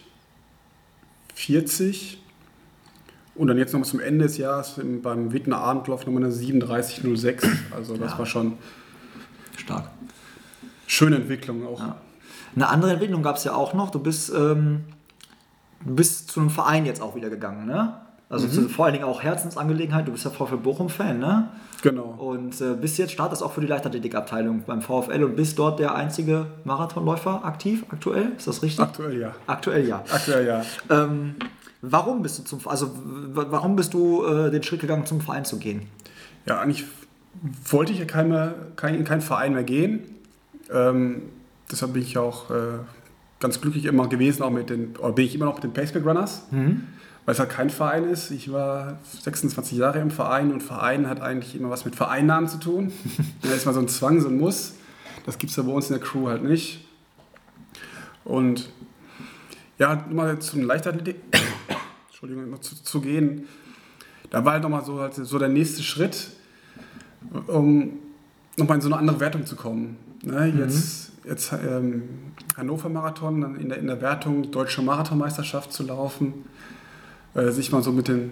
vierzig. Und dann jetzt nochmal zum Ende des Jahres beim Wittener Abendlauf nochmal eine siebenunddreißig null sechs. Also das ja. war schon stark. Schöne Entwicklung auch. Ja. Eine andere Entwicklung gab es ja auch noch. Du bist, ähm, du bist zu einem Verein jetzt auch wieder gegangen, ne? Also mhm. zu, vor allen Dingen auch Herzensangelegenheit. Du bist ja VfL Bochum-Fan, ne? Genau. Und äh, bist jetzt, startest auch für die Leichtathletikabteilung beim VfL und bist dort der einzige Marathonläufer aktiv aktuell. Ist das richtig? Aktuell ja. Aktuell ja. Aktuell ja. Ähm, Warum bist du zum, also warum bist du äh, den Schritt gegangen, zum Verein zu gehen? Ja, eigentlich wollte ich ja keine, kein, in keinen Verein mehr gehen. Ähm, deshalb bin ich auch äh, ganz glücklich immer gewesen, auch mit den, oder bin ich immer noch mit den Paceback Runners, mhm. weil es halt kein Verein ist. Ich war sechsundzwanzig Jahre im Verein und Verein hat eigentlich immer was mit Vereinnahmen zu tun. Da ist mal so ein Zwang, so ein Muss. Das gibt es ja bei uns in der Crew halt nicht. Und ja, mal zum Leichtathletik Entschuldigung, noch zu, zu gehen, da war halt nochmal so, halt so der nächste Schritt, um nochmal in so eine andere Wertung zu kommen. Ne, jetzt mhm. jetzt ähm, Hannover Marathon, dann in der, in der Wertung Deutsche Marathonmeisterschaft zu laufen, äh, sich mal so mit den,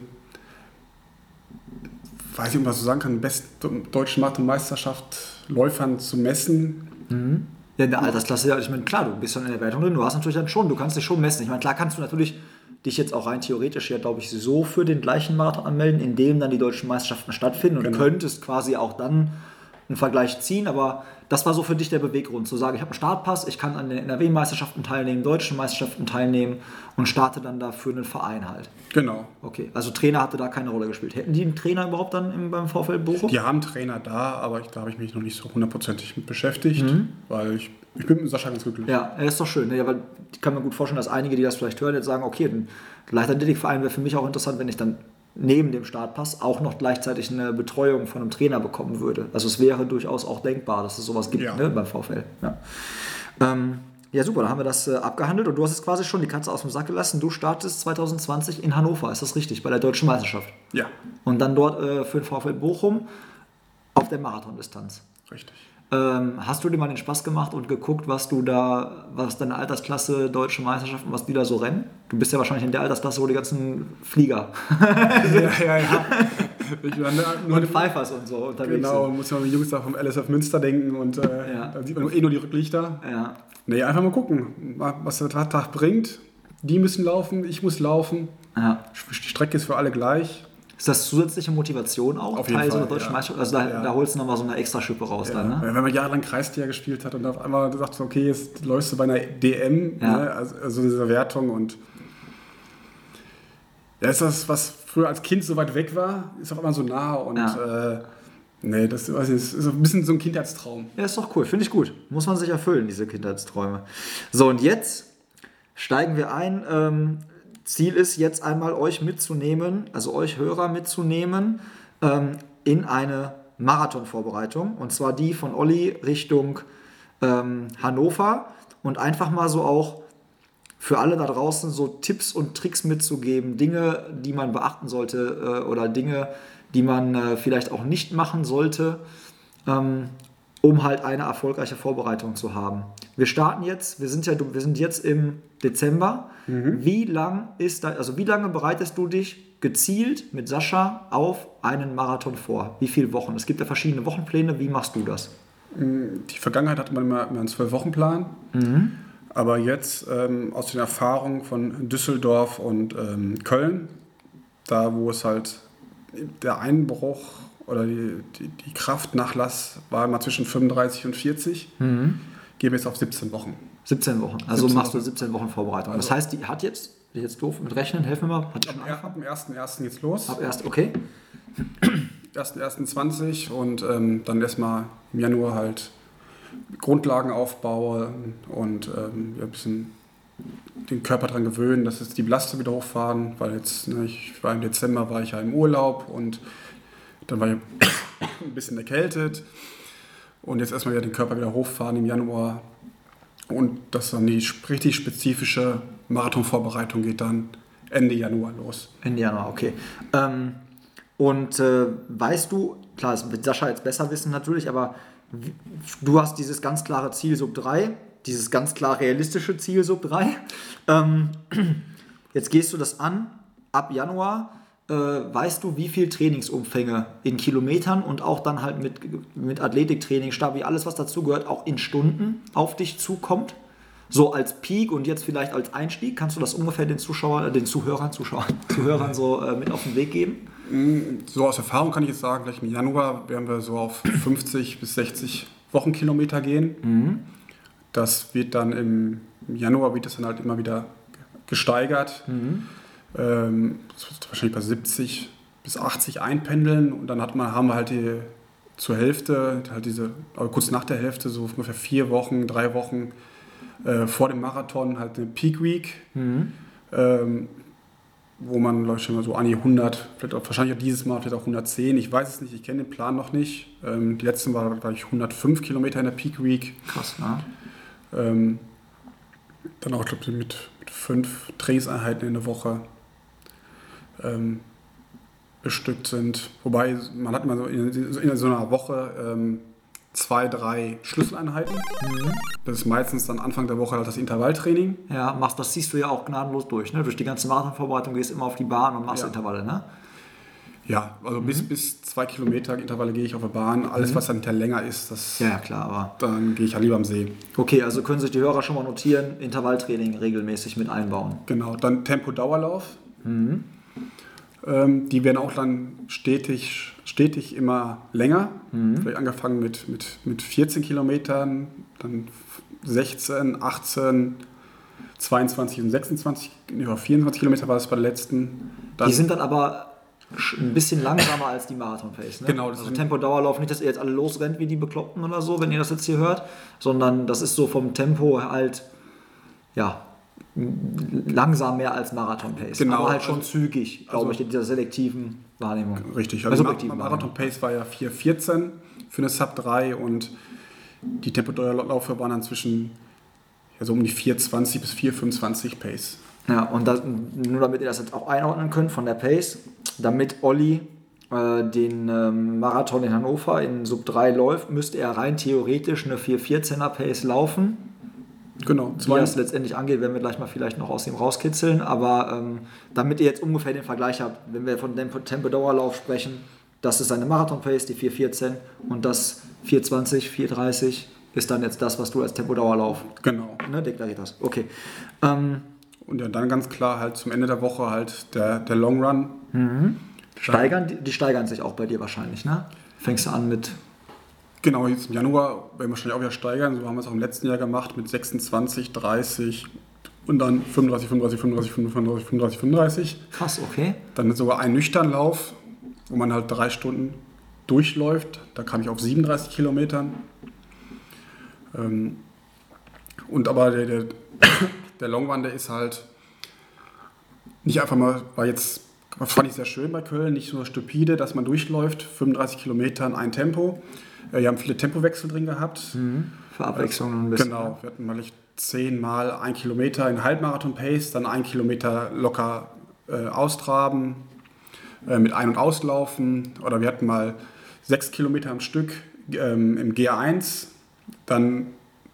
weiß ich, ob man so sagen kann, besten Deutschen Marathonmeisterschaft Läufern zu messen. Mhm. Ja, in der Altersklasse, ja, ich meine, klar, du bist schon in der Wertung drin, du hast natürlich dann schon, du kannst dich schon messen. Ich meine, klar kannst du natürlich dich jetzt auch rein theoretisch ja, glaube ich, so für den gleichen Marathon anmelden, in dem dann die deutschen Meisterschaften stattfinden und genau. könntest quasi auch dann einen Vergleich ziehen, aber das war so für dich der Beweggrund, zu sagen, ich habe einen Startpass, ich kann an den N R W-Meisterschaften teilnehmen, deutschen Meisterschaften teilnehmen und starte dann da für einen Verein halt. Genau. Okay, also Trainer hatte da keine Rolle gespielt. Hätten die einen Trainer überhaupt dann im, beim VfL Bochum? Die haben Trainer da, aber ich, da habe ich mich noch nicht so hundertprozentig mit beschäftigt, mhm. weil ich, ich bin mit Sascha ganz glücklich. Ja, er ist doch schön, ne? Ja, weil ich kann mir gut vorstellen, dass einige, die das vielleicht hören, jetzt sagen, okay, ein Leichtathletikverein wäre für mich auch interessant, wenn ich dann neben dem Startpass auch noch gleichzeitig eine Betreuung von einem Trainer bekommen würde. Also es wäre durchaus auch denkbar, dass es sowas gibt, ja. ne, beim VfL. Ja. Ähm, ja super, dann haben wir das äh, abgehandelt und du hast jetzt quasi schon die Katze aus dem Sack gelassen. Du startest zwanzig zwanzig in Hannover, ist das richtig, bei der Deutschen Meisterschaft? Ja. Und dann dort äh, für den VfL Bochum auf der Marathondistanz. Richtig. Ähm, hast du dir mal den Spaß gemacht und geguckt, was du da, was deine Altersklasse, Deutsche Meisterschaften, was die da so rennen? Du bist ja wahrscheinlich in der Altersklasse, wo die ganzen Flieger ja, ja, ja. Ich war nur und Pfeifers und so unterwegs genau, sind. muss man an die Jungs da vom L S F Münster denken und äh, ja. da sieht man eh nur die Rücklichter. Ja. Nee, einfach mal gucken, was der Tag bringt. Die müssen laufen, ich muss laufen. Ja. Die Strecke ist für alle gleich. Ist das zusätzliche Motivation auch? Auf jeden Teil Fall, so einer deutschen ja. Meisterschaft? Also da, ja. da holst du nochmal so eine extra Schippe raus ja. dann, ne? Wenn man jahrelang Kreisliga gespielt hat und auf einmal sagt so, okay, jetzt läufst du bei einer D M, ja. ne? also, also dieser Wertung und ja, ist das, was früher als Kind so weit weg war, ist auf einmal so nah und ja. äh, nee, das weiß ich, ist ein bisschen so ein Kindheitstraum. Ja, ist doch cool, finde ich gut. Muss man sich erfüllen, diese Kindheitsträume. So, und jetzt steigen wir ein. Ähm, Ziel ist jetzt einmal euch mitzunehmen, also euch Hörer mitzunehmen, ähm, in eine Marathonvorbereitung. Und zwar die von Olli Richtung ähm, Hannover. Und einfach mal so auch für alle da draußen so Tipps und Tricks mitzugeben, Dinge, die man beachten sollte äh, oder Dinge, die man äh, vielleicht auch nicht machen sollte, ähm, um halt eine erfolgreiche Vorbereitung zu haben. Wir starten jetzt, wir sind ja, wir sind jetzt im Dezember. Mhm. Wie lang ist da, also wie lange bereitest du dich gezielt mit Sascha auf einen Marathon vor? Wie viele Wochen? Es gibt ja verschiedene Wochenpläne. Wie machst du das? Die Vergangenheit hatte man immer, immer einen zwölf-Wochen-Plan. Mhm. Aber jetzt ähm, aus den Erfahrungen von Düsseldorf und ähm, Köln, da wo es halt der Einbruch oder die, die, die Kraftnachlass war immer zwischen fünfunddreißig und vierzig, mhm. gehen wir jetzt auf siebzehn Wochen. siebzehn Wochen, also siebzehn machst Wochen. du siebzehn Wochen Vorbereitung. Also das heißt, die hat jetzt, jetzt doof mit Rechnen, helfen wir mal. Hat ab, ab dem ersten ersten geht's los. Ab erst, okay. ersten ersten zwanzig und ähm, dann erstmal im Januar halt Grundlagen aufbauen und ähm, ja, ein bisschen den Körper daran gewöhnen, dass jetzt die Belastung wieder hochfahren, weil jetzt, ne, ich war im Dezember, war ich ja im Urlaub und dann war ich ein bisschen erkältet und jetzt erstmal wieder den Körper wieder hochfahren im Januar und dass dann die richtig spezifische Marathonvorbereitung geht dann Ende Januar los. Ende Januar, okay. Ähm, und äh, weißt du, klar, das wird Sascha jetzt besser wissen natürlich, aber w- du hast dieses ganz klare Ziel Sub drei, dieses ganz klar realistische Ziel Sub drei. Ähm, jetzt gehst du das an, ab Januar. Äh, weißt du, wie viel Trainingsumfänge in Kilometern und auch dann halt mit, mit Athletiktraining, Stabi, alles was dazugehört, auch in Stunden auf dich zukommt? So als Peak und jetzt vielleicht als Einstieg, kannst du das ungefähr den Zuschauern, den Zuhörern, Zuschauern, Zuhörern so äh, mit auf den Weg geben? So aus Erfahrung kann ich jetzt sagen, gleich im Januar werden wir so auf fünfzig bis sechzig Wochenkilometer gehen. Mhm. Das wird dann im Januar wird das dann halt immer wieder gesteigert. Mhm. Ähm, das wird wahrscheinlich bei siebzig bis achtzig einpendeln und dann hat man, haben wir halt die, zur Hälfte, halt diese, aber kurz nach der Hälfte, so ungefähr vier Wochen, drei Wochen äh, vor dem Marathon halt eine Peak Week, Mhm. ähm, wo man, glaube ich, schon mal so an die hundert, vielleicht auch, wahrscheinlich auch dieses Mal vielleicht auch hundertzehn, ich weiß es nicht, ich kenne den Plan noch nicht. Ähm, die letzten waren, glaube ich, hundertfünf Kilometer in der Peak Week. Krass, ja. Ähm, dann auch, glaube ich, mit, mit fünf Trainingseinheiten in der Woche ähm, bestückt sind. Wobei man hat immer so in, in so einer Woche ähm, zwei, drei Schlüsseleinheiten. Mhm. Das ist meistens dann Anfang der Woche halt das Intervalltraining. Ja, machst, das ziehst du ja auch gnadenlos durch, ne? Durch die ganze Marathonvorbereitung gehst immer auf die Bahn und machst Ja. Intervalle, ne? Ja, also bis, bis zwei Kilometer Intervalle gehe ich auf der Bahn. Alles, was dann hinterher länger ist, das, Ja, ja, klar, aber... dann gehe ich halt lieber am See. Okay, also können sich die Hörer schon mal notieren, Intervalltraining regelmäßig mit einbauen. Genau, dann Tempo-Dauerlauf. Ähm, die werden auch dann stetig, stetig immer länger. Vielleicht angefangen mit, mit, mit vierzehn Kilometern, dann sechzehn, achtzehn, zweiundzwanzig und sechsundzwanzig, ja, vierundzwanzig Kilometer war das bei der letzten. Dann, Die sind dann aber sch- ein bisschen langsamer als die Marathon-Pace, ne? Genau, das Also sind- Tempo-Dauerlauf, nicht, dass ihr jetzt alle losrennt wie die Bekloppten oder so, wenn ihr das jetzt hier hört, sondern das ist so vom Tempo halt, ja, m- langsam mehr als Marathon-Pace. Genau, aber halt schon also- zügig, glaube also- ich, in dieser selektiven Wahrnehmung. Richtig, Bei also subjektiven Marathon Pace war ja vier vierzehn für eine Sub drei und die Tempodauerläufe waren dann zwischen ja, so um die vier zwanzig bis vier fünfundzwanzig Pace. Ja, und das, nur damit ihr das jetzt auch einordnen könnt von der Pace, damit Olli äh, den ähm, Marathon in Hannover in Sub drei läuft, müsste er rein theoretisch eine vier vierzehner Pace laufen. Genau, Wie zwei, das letztendlich angeht, werden wir gleich mal vielleicht noch aus ihm rauskitzeln, aber ähm, damit ihr jetzt ungefähr den Vergleich habt, wenn wir von dem Tempo-Dauerlauf sprechen, das ist seine Marathon-Pace, die vier vierzehn, und das vier zwanzig, vier dreißig ist dann jetzt das, was du als Tempo-Dauerlauf, genau. ne, deklariert hast. Okay. Ähm, Und ja, dann ganz klar halt zum Ende der Woche halt der, der Long Run. steigern, die, die steigern sich auch bei dir wahrscheinlich, ne? Fängst du an mit, Genau, jetzt im Januar werden wir wahrscheinlich auch wieder steigern. So haben wir es auch im letzten Jahr gemacht mit sechsundzwanzig, dreißig und dann fünfunddreißig, fünfunddreißig, fünfunddreißig, fünfunddreißig, fünfunddreißig, fünfunddreißig. krass, okay. Dann sogar ein Nüchternlauf, wo man halt drei Stunden durchläuft. Da kam ich auf siebenunddreißig Kilometern. Ähm, und aber der, der, der Long Run, der ist halt nicht einfach mal, war jetzt, das fand ich sehr schön bei Köln, nicht nur stupide, dass man durchläuft, fünfunddreißig Kilometer in ein Tempo. Äh, Wir haben viele Tempowechsel drin gehabt. Für Abwechslung ein bisschen. Genau, wir hatten mal ich zehnmal ein Kilometer in Halbmarathon-Pace, dann ein Kilometer locker äh, austraben, äh, mit Ein- und Auslaufen. Oder wir hatten mal sechs Kilometer am Stück ähm, im G eins, dann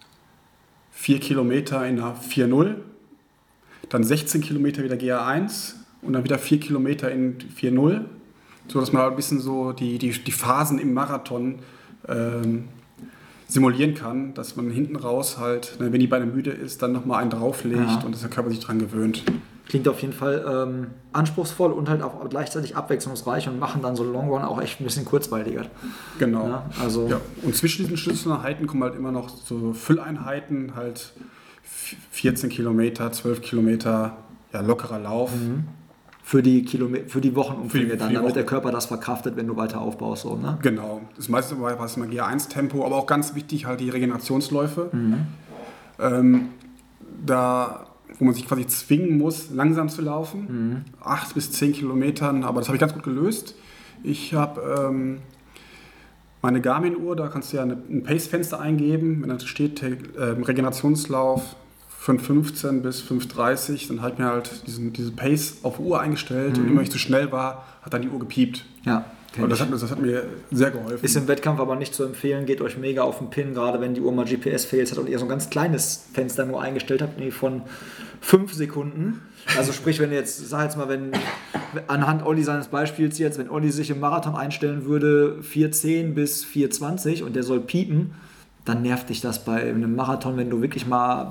vier Kilometer in einer vier null, dann sechzehn Kilometer wieder G eins und dann wieder vier Kilometer in vier null, sodass man halt ein bisschen so die, die, die Phasen im Marathon ähm, simulieren kann, dass man hinten raus halt, ne, wenn die Beine müde ist, dann nochmal einen drauflegt Ja. und dass der Körper sich dran gewöhnt. Klingt auf jeden Fall ähm, anspruchsvoll und halt auch gleichzeitig abwechslungsreich und machen dann so Long Run auch echt ein bisschen kurzweiliger. Genau. Ja, also Ja. Und zwischen diesen Schlüsseleinheiten kommen halt immer noch so Fülleinheiten, halt vierzehn Kilometer, zwölf Kilometer, ja, lockerer Lauf. für die Kilome- für die Wochenumfänge Für die- für dann, die damit Wochen. der Körper das verkraftet, wenn du weiter aufbaust. So, ne? Genau. Das ist meistens war es immer G eins Tempo, aber auch ganz wichtig halt die Regenerationsläufe. Ähm, da, wo man sich quasi zwingen muss, langsam zu laufen. Acht bis zehn Kilometern, aber das habe ich ganz gut gelöst. Ich habe ähm, meine Garmin-Uhr, da kannst du ja eine, ein Pace-Fenster eingeben. Wenn da steht äh, Regenerationslauf fünf fünfzehn bis fünf dreißig, dann habe ich mir halt diesen, diese Pace auf Uhr eingestellt und immer wenn ich zu schnell war, hat dann die Uhr gepiept. Ja, kenn Und das ich. hat, mir- das hat mir sehr geholfen. Ist im Wettkampf aber nicht zu empfehlen, geht euch mega auf den Pin, gerade wenn die Uhr mal G P S-Fails hat und ihr so ein ganz kleines Fenster nur eingestellt habt, nee, von fünf Sekunden. Also sprich, wenn ihr jetzt, sag jetzt mal, wenn anhand Olli seines Beispiels jetzt, wenn Olli sich im Marathon einstellen würde, vier zehn bis vier zwanzig und der soll piepen, dann nervt dich das bei einem Marathon, wenn du wirklich mal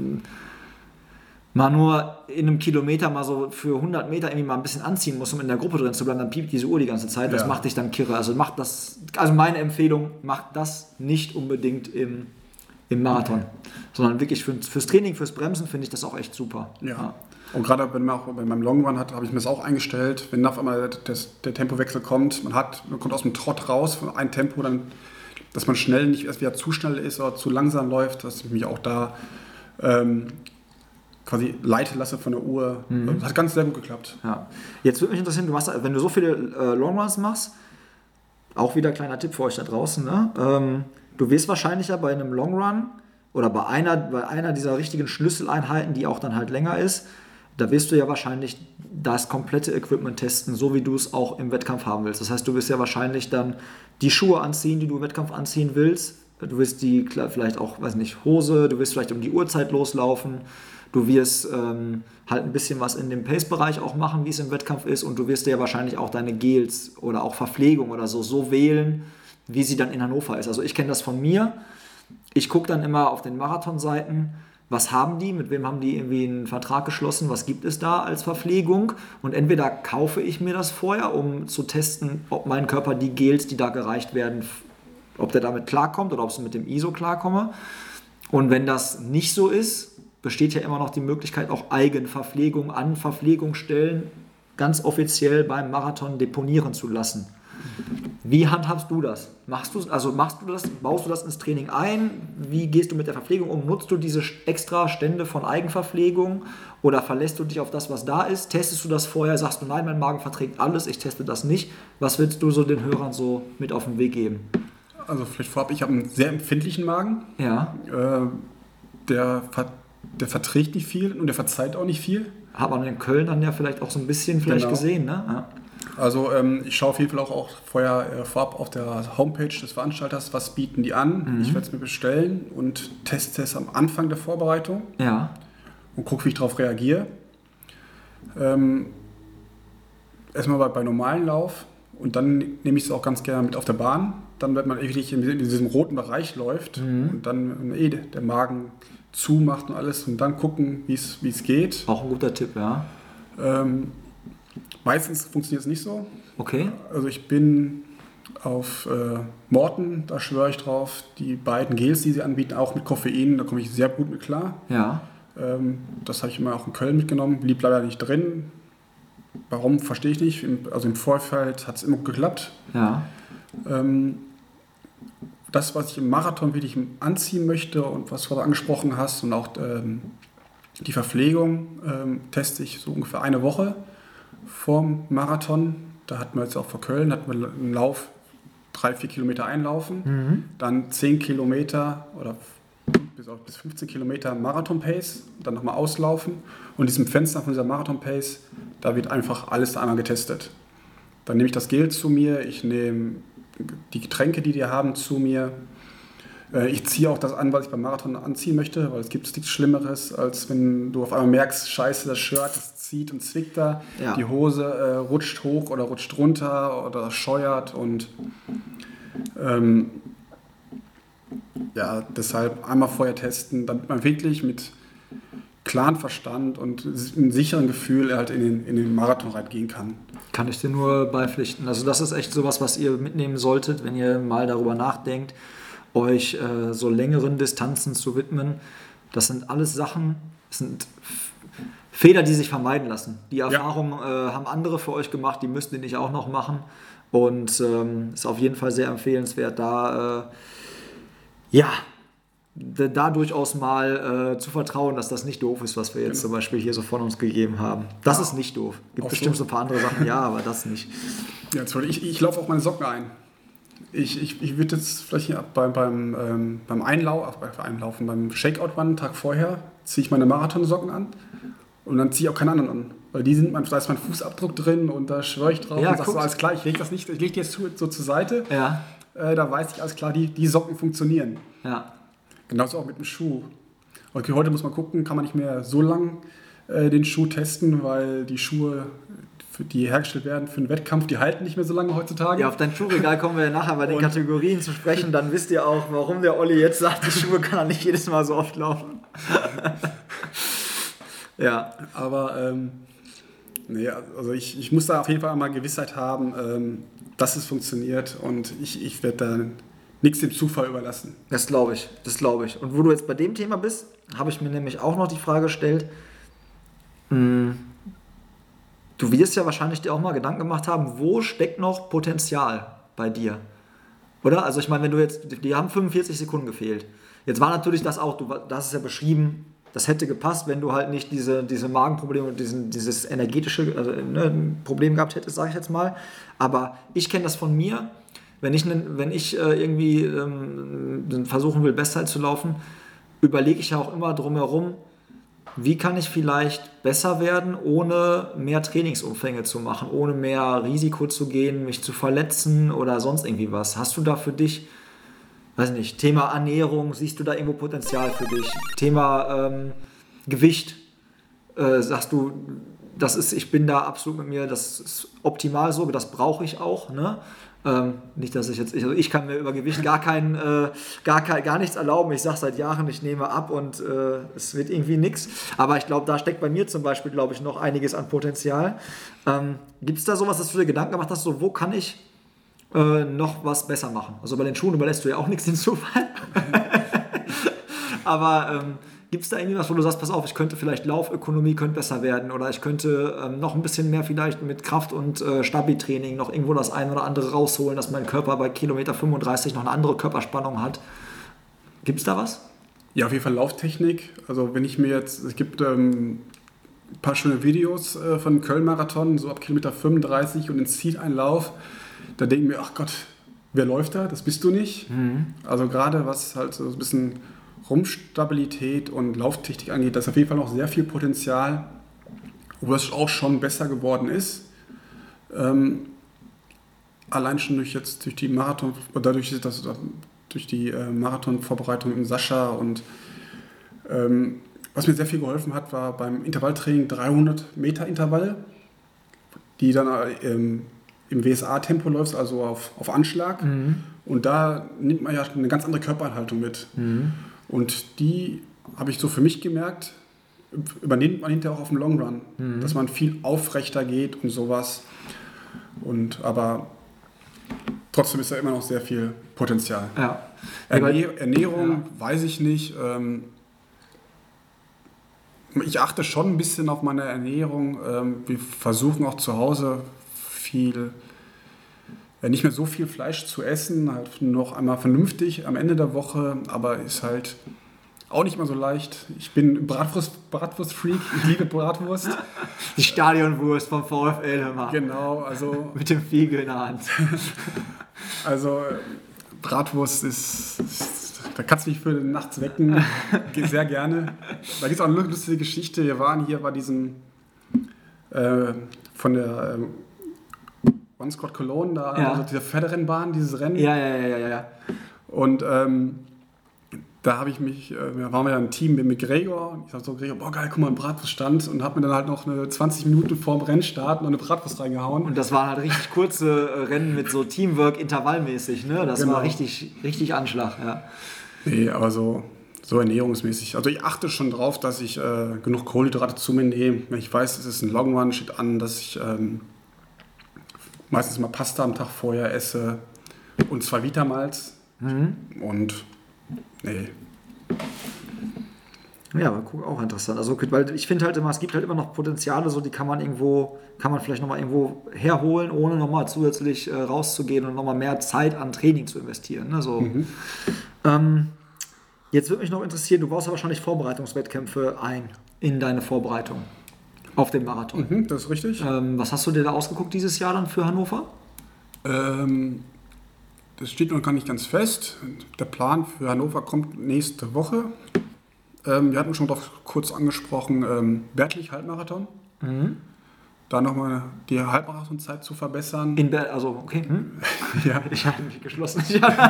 mal nur in einem Kilometer mal so für hundert Meter irgendwie mal ein bisschen anziehen musst, um in der Gruppe drin zu bleiben, dann piept diese Uhr die ganze Zeit. Das Ja. macht dich dann kirre. Also macht das, also meine Empfehlung, macht das nicht unbedingt im, im Marathon, sondern wirklich für, fürs Training, fürs Bremsen finde ich das auch echt super. Ja. Und gerade wenn man auch bei meinem Long Run hat, habe ich mir das auch eingestellt. Wenn auf einmal das, der Tempowechsel kommt, man hat, man kommt aus dem Trott raus von einem Tempo, dann, dass man schnell nicht erst wieder zu schnell ist oder zu langsam läuft, dass ich mich auch da ähm, quasi leiten lasse von der Uhr. Mhm. Hat ganz sehr gut geklappt. Ja. Jetzt würde mich interessieren, du machst, wenn du so viele äh, Longruns machst, auch wieder kleiner Tipp für euch da draußen, ne? ähm, du wirst wahrscheinlich ja bei einem Longrun oder bei einer, bei einer dieser richtigen Schlüsseleinheiten, die auch dann halt länger ist, da wirst du ja wahrscheinlich das komplette Equipment testen, so wie du es auch im Wettkampf haben willst. Das heißt, du wirst ja wahrscheinlich dann die Schuhe anziehen, die du im Wettkampf anziehen willst. Du wirst die vielleicht auch, weiß nicht, Hose, du wirst vielleicht um die Uhrzeit loslaufen. Du wirst ähm, halt ein bisschen was in dem Pace-Bereich auch machen, wie es im Wettkampf ist. Und du wirst dir ja wahrscheinlich auch deine Gels oder auch Verpflegung oder so so wählen, wie sie dann in Hannover ist. Also ich kenne das von mir. Ich gucke dann immer auf den Marathonseiten, was haben die, mit wem haben die irgendwie einen Vertrag geschlossen, was gibt es da als Verpflegung. Und entweder kaufe ich mir das vorher, um zu testen, ob mein Körper die Gels, die da gereicht werden, ob der damit klarkommt oder ob ich mit dem I S O klarkomme. Und wenn das nicht so ist, besteht ja immer noch die Möglichkeit, auch Eigenverpflegung an Verpflegungsstellen ganz offiziell beim Marathon deponieren zu lassen. Wie handhabst du das? Machst du, also machst du das, baust du das ins Training ein? Wie gehst du mit der Verpflegung um? Nutzt du diese extra Stände von Eigenverpflegung oder verlässt du dich auf das, was da ist? Testest du das vorher? Sagst du, nein, mein Magen verträgt alles, ich teste das nicht. Was willst du so den Hörern so mit auf den Weg geben? Also vielleicht vorab, ich habe einen sehr empfindlichen Magen. Ja. Äh, der, der verträgt nicht viel und der verzeiht auch nicht viel. Hat man in Köln dann ja vielleicht auch so ein bisschen vielleicht Genau. gesehen, ne? Ja. Also ähm, ich schaue auf jeden Fall auch, auch vorher äh, vorab auf der Homepage des Veranstalters, was bieten die an. Mhm. Ich werde es mir bestellen und teste es am Anfang der Vorbereitung. Ja. Und gucke, wie ich darauf reagiere. Ähm, erstmal bei, bei normalen Lauf und dann nehme ich es auch ganz gerne mit auf der Bahn. Dann, wenn man wirklich in diesem roten Bereich läuft mhm. und dann eh der Magen zumacht und alles und dann gucken, wie es geht. Auch ein guter Tipp, ja. Ähm, meistens funktioniert es nicht so. Okay. Also ich bin auf äh, Morten, da schwöre ich drauf, die beiden Gels, die sie anbieten, auch mit Koffein, da komme ich sehr gut mit klar. Ja. Ähm, das habe ich immer auch in Köln mitgenommen, blieb leider nicht drin. Warum, verstehe ich nicht. Also im Vorfeld hat es immer geklappt. Ja. Ähm, das, was ich im Marathon wirklich anziehen möchte und was du angesprochen hast und auch ähm, die Verpflegung ähm, teste ich so ungefähr eine Woche vorm Marathon. Da hatten wir jetzt auch vor Köln, hatten wir einen Lauf, drei, vier Kilometer einlaufen, mhm. dann zehn Kilometer oder bis, auch bis fünfzehn Kilometer Marathon-Pace, dann nochmal auslaufen und in diesem Fenster von dieser Marathon-Pace, da wird einfach alles einmal getestet. Dann nehme ich das Gel zu mir, ich nehme die Getränke, die die haben, zu mir. Ich ziehe auch das an, was ich beim Marathon anziehen möchte, weil es gibt nichts Schlimmeres, als wenn du auf einmal merkst, scheiße, das Shirt, das zieht und zwickt da, ja. Die Hose äh, rutscht hoch oder rutscht runter oder scheuert und ähm, ja, deshalb einmal vorher testen, damit man wirklich mit klaren Verstand und einem sicheren Gefühl halt in den, in den Marathon reingehen kann. Kann ich dir nur beipflichten. Also das ist echt sowas, was ihr mitnehmen solltet, wenn ihr mal darüber nachdenkt, euch äh, so längeren Distanzen zu widmen. Das sind alles Sachen, das sind Fehler, die sich vermeiden lassen. Die Erfahrung ja. äh, haben andere für euch gemacht, die müsst ihr nicht auch noch machen. Und ähm, ist auf jeden Fall sehr empfehlenswert, da äh, ja, da durchaus mal äh, zu vertrauen, dass das nicht doof ist, was wir jetzt genau. zum Beispiel hier so von uns gegeben haben. Das ja. ist nicht doof. Gibt auch bestimmt so ein paar andere Sachen, ja, aber das nicht. Ja, ich, ich laufe auf meine Socken ein. Ich, ich, ich würde jetzt vielleicht beim, beim, ähm, beim Einlauf, beim Einlaufen, beim Shakeout-Run, einen Tag vorher, ziehe ich meine Marathonsocken an und dann ziehe ich auch keine anderen an. Weil die sind, da ist mein Fußabdruck drin und da schwöre ich drauf ja, und sage so, alles klar, ich lege das nicht, ich lege die jetzt so zur Seite. Ja. Äh, da weiß ich, alles klar, die, die Socken funktionieren. Ja. Genauso auch mit dem Schuh. Okay, heute muss man gucken, kann man nicht mehr so lang äh, den Schuh testen, weil die Schuhe, die hergestellt werden für einen Wettkampf, die halten nicht mehr so lange heutzutage. Ja, auf dein Schuhregal kommen wir ja nachher bei den Kategorien zu sprechen. Dann wisst ihr auch, warum der Olli jetzt sagt, die Schuhe kann er nicht jedes Mal so oft laufen. Ja. Aber ähm, nee, also ich, ich muss da auf jeden Fall mal Gewissheit haben, ähm, dass es funktioniert und ich, ich werde da nichts dem Zufall überlassen. Das glaube ich, das glaube ich. Und wo du jetzt bei dem Thema bist, habe ich mir nämlich auch noch die Frage gestellt, mh, du wirst ja wahrscheinlich dir auch mal Gedanken gemacht haben, wo steckt noch Potenzial bei dir? Oder? Also ich meine, wenn du jetzt, die haben fünfundvierzig Sekunden gefehlt. Jetzt war natürlich das auch, du hast es ja beschrieben, das hätte gepasst, wenn du halt nicht diese, diese Magenprobleme und diesen, dieses energetische also, ne, Problem gehabt hättest, sage ich jetzt mal. Aber ich kenne das von mir, wenn ich, ne, wenn ich äh, irgendwie ähm, versuchen will, Bestzeit zu laufen, überlege ich ja auch immer drumherum, wie kann ich vielleicht besser werden, ohne mehr Trainingsumfänge zu machen, ohne mehr Risiko zu gehen, mich zu verletzen oder sonst irgendwie was. Hast du da für dich, weiß nicht, Thema Ernährung, siehst du da irgendwo Potenzial für dich? Thema ähm, Gewicht, äh, sagst du, das ist, ich bin da absolut mit mir, das ist optimal so, das brauche ich auch, ne? Ähm, nicht, dass ich jetzt, also ich kann mir über Gewicht gar kein, äh, gar, kein, gar nichts erlauben. Ich sage seit Jahren, ich nehme ab und äh, es wird irgendwie nichts. Aber ich glaube, da steckt bei mir zum Beispiel, glaube ich, noch einiges an Potenzial. Ähm, Gibt es da sowas, dass du dir Gedanken gemacht hast, so wo kann ich äh, noch was besser machen? Also bei den Schuhen überlässt du ja auch nichts den Zufall. Aber ähm, gibt es da irgendwie was, wo du sagst, pass auf, ich könnte vielleicht Laufökonomie könnte besser werden oder ich könnte ähm, noch ein bisschen mehr vielleicht mit Kraft- und äh, Stabi-Training noch irgendwo das ein oder andere rausholen, dass mein Körper bei Kilometer fünfunddreißig noch eine andere Körperspannung hat. Gibt es da was? Ja, auf jeden Fall Lauftechnik. Also wenn ich mir jetzt, es gibt ähm, ein paar schöne Videos äh, von Köln-Marathon, so ab Kilometer fünfunddreißig und ins Ziel ein Lauf. Da denke ich mir, ach Gott, wer läuft da? Das bist du nicht. Mhm. Also gerade was halt so ein bisschen Rumpfstabilität und Lauftechnik angeht, da ist auf jeden Fall noch sehr viel Potenzial, wo es auch schon besser geworden ist. Ähm, allein schon durch jetzt durch die Marathon, dadurch, dass durch die äh, Marathonvorbereitung mit Sascha und ähm, was mir sehr viel geholfen hat, war beim Intervalltraining dreihundert Meter Intervall, die dann ähm, im W S A-Tempo läuft, also auf, auf Anschlag. Mhm. Und da nimmt man ja eine ganz andere Körperhaltung mit. Mhm. Und die habe ich so für mich gemerkt, übernimmt man hinterher auch auf dem Long Run, mhm. dass man viel aufrechter geht und sowas. Und aber trotzdem ist da immer noch sehr viel Potenzial. Ja. Erne- Ernährung, ja. weiß ich nicht. Ähm, ich achte schon ein bisschen auf meine Ernährung. Ähm, wir versuchen auch zu Hause viel, äh, nicht mehr so viel Fleisch zu essen, halt noch einmal vernünftig am Ende der Woche, aber ist halt auch nicht mal so leicht. Ich bin Bratwurst, Bratwurst-Freak, ich liebe Bratwurst. Die Stadionwurst vom VfL, hör mal. Genau, also... Mit dem Fiegel in der Hand. Also Bratwurst ist, ist, da kannst du mich für nachts wecken, sehr gerne. Da gibt es auch eine lustige Geschichte. Wir waren hier bei diesem, äh, von der äh, One Squad Cologne, da, ja. also diese Pferderennbahn, dieses Rennen. Ja, ja, ja, ja, ja. Und ähm, da habe ich mich, äh, waren wir ja ein Team mit, mit Gregor. Und ich sag so, Gregor, boah geil, guck mal, ein Bratwurststand. Und habe mir dann halt noch eine zwanzig Minuten vorm Rennstart noch eine Bratwurst reingehauen. Und das waren halt richtig kurze Rennen mit so Teamwork, intervallmäßig, ne? Das genau. war richtig, richtig Anschlag, ja. Nee, aber so, so ernährungsmäßig. Also ich achte schon drauf, dass ich äh, genug Kohlenhydrate zu mir nehme. Wenn ich weiß, es ist ein Long Run, steht an, dass ich ähm, meistens mal Pasta am Tag vorher esse und zwei Vitamals. Mhm. Und nee. Ja, aber guck, auch interessant. Also, weil ich finde halt immer, es gibt halt immer noch Potenziale, so die kann man irgendwo, kann man vielleicht nochmal irgendwo herholen, ohne nochmal zusätzlich äh, rauszugehen und nochmal mehr Zeit an Training zu investieren. Ne? So. Mhm. Ähm, jetzt würde mich noch interessieren, du baust ja wahrscheinlich Vorbereitungswettkämpfe ein in deine Vorbereitung auf den Marathon. Mhm, das ist richtig. Ähm, was hast du dir da ausgeguckt dieses Jahr dann für Hannover? Ähm, das steht noch gar nicht ganz fest. Der Plan für Hannover kommt nächste Woche. Ähm, wir hatten schon darauf kurz angesprochen, ähm, Bertlich-Halbmarathon. Mhm. Da nochmal die Halbmarathonzeit zu verbessern. In Ber- also, okay. Hm? Ja. Ich habe mich geschlossen.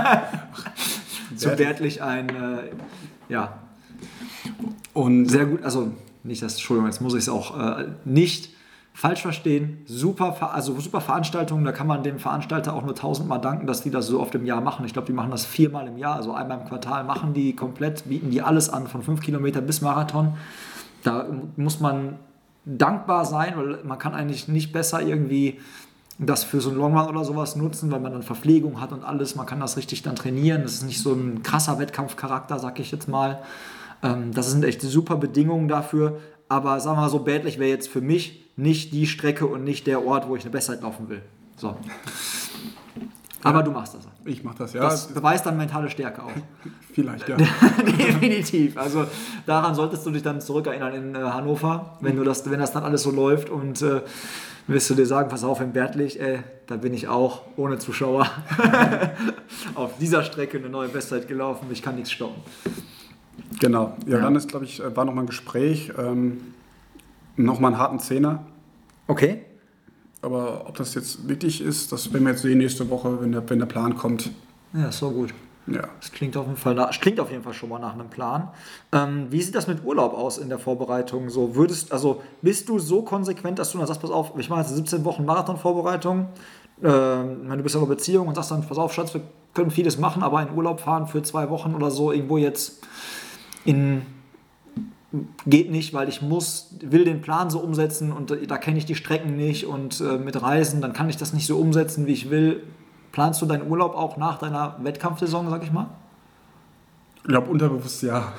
Zu Bertlich ein, äh, ja. Und sehr gut, also nicht das, Entschuldigung, jetzt muss ich es auch äh, nicht falsch verstehen. Super, also super Veranstaltungen, da kann man dem Veranstalter auch nur tausendmal danken, dass die das so oft im Jahr machen. Ich glaube, die machen das viermal im Jahr, also einmal im Quartal machen die komplett, bieten die alles an, von fünf Kilometer bis Marathon. Da muss man dankbar sein, weil man kann eigentlich nicht besser irgendwie das für so einen Long Run oder sowas nutzen, weil man dann Verpflegung hat und alles. Man kann das richtig dann trainieren. Das ist nicht so ein krasser Wettkampfcharakter, sag ich jetzt mal. Das sind echt super Bedingungen dafür. Aber sagen wir mal so, Bertlich wäre jetzt für mich nicht die Strecke und nicht der Ort, wo ich eine Bestzeit laufen will. So. Aber du machst das. Ich mach das, ja. Das beweist dann mentale Stärke auch. Vielleicht, ja. Definitiv. Also daran solltest du dich dann zurückerinnern in äh, Hannover, wenn du das, wenn das dann alles so läuft und äh, wirst du dir sagen, pass auf, in Bertlich, ey, da bin ich auch ohne Zuschauer auf dieser Strecke eine neue Bestzeit gelaufen, ich kann nichts stoppen. Genau. Ja, Ja. dann ist, glaube ich, war nochmal ein Gespräch, ähm, nochmal einen harten Zehner. Okay. Aber ob das jetzt wirklich ist, das werden wir jetzt sehen nächste Woche, wenn der, wenn der Plan kommt. Ja, ist so gut. Ja. Das klingt auf jeden Fall, nach, klingt auf jeden Fall schon mal nach einem Plan. Ähm, wie sieht das mit Urlaub aus in der Vorbereitung? So würdest, also bist du so konsequent, dass du dann sagst, pass auf, ich mache jetzt siebzehn Wochen Marathonvorbereitung. Ähm, du bist ja in einer Beziehung und sagst dann, pass auf, Schatz, wir können vieles machen, aber in Urlaub fahren für zwei Wochen oder so irgendwo jetzt in geht nicht, weil ich muss, will den Plan so umsetzen und da kenne ich die Strecken nicht und äh, mit Reisen, dann kann ich das nicht so umsetzen, wie ich will. Planst du deinen Urlaub auch nach deiner Wettkampfsaison, sag ich mal? Ich glaube, unterbewusst ja.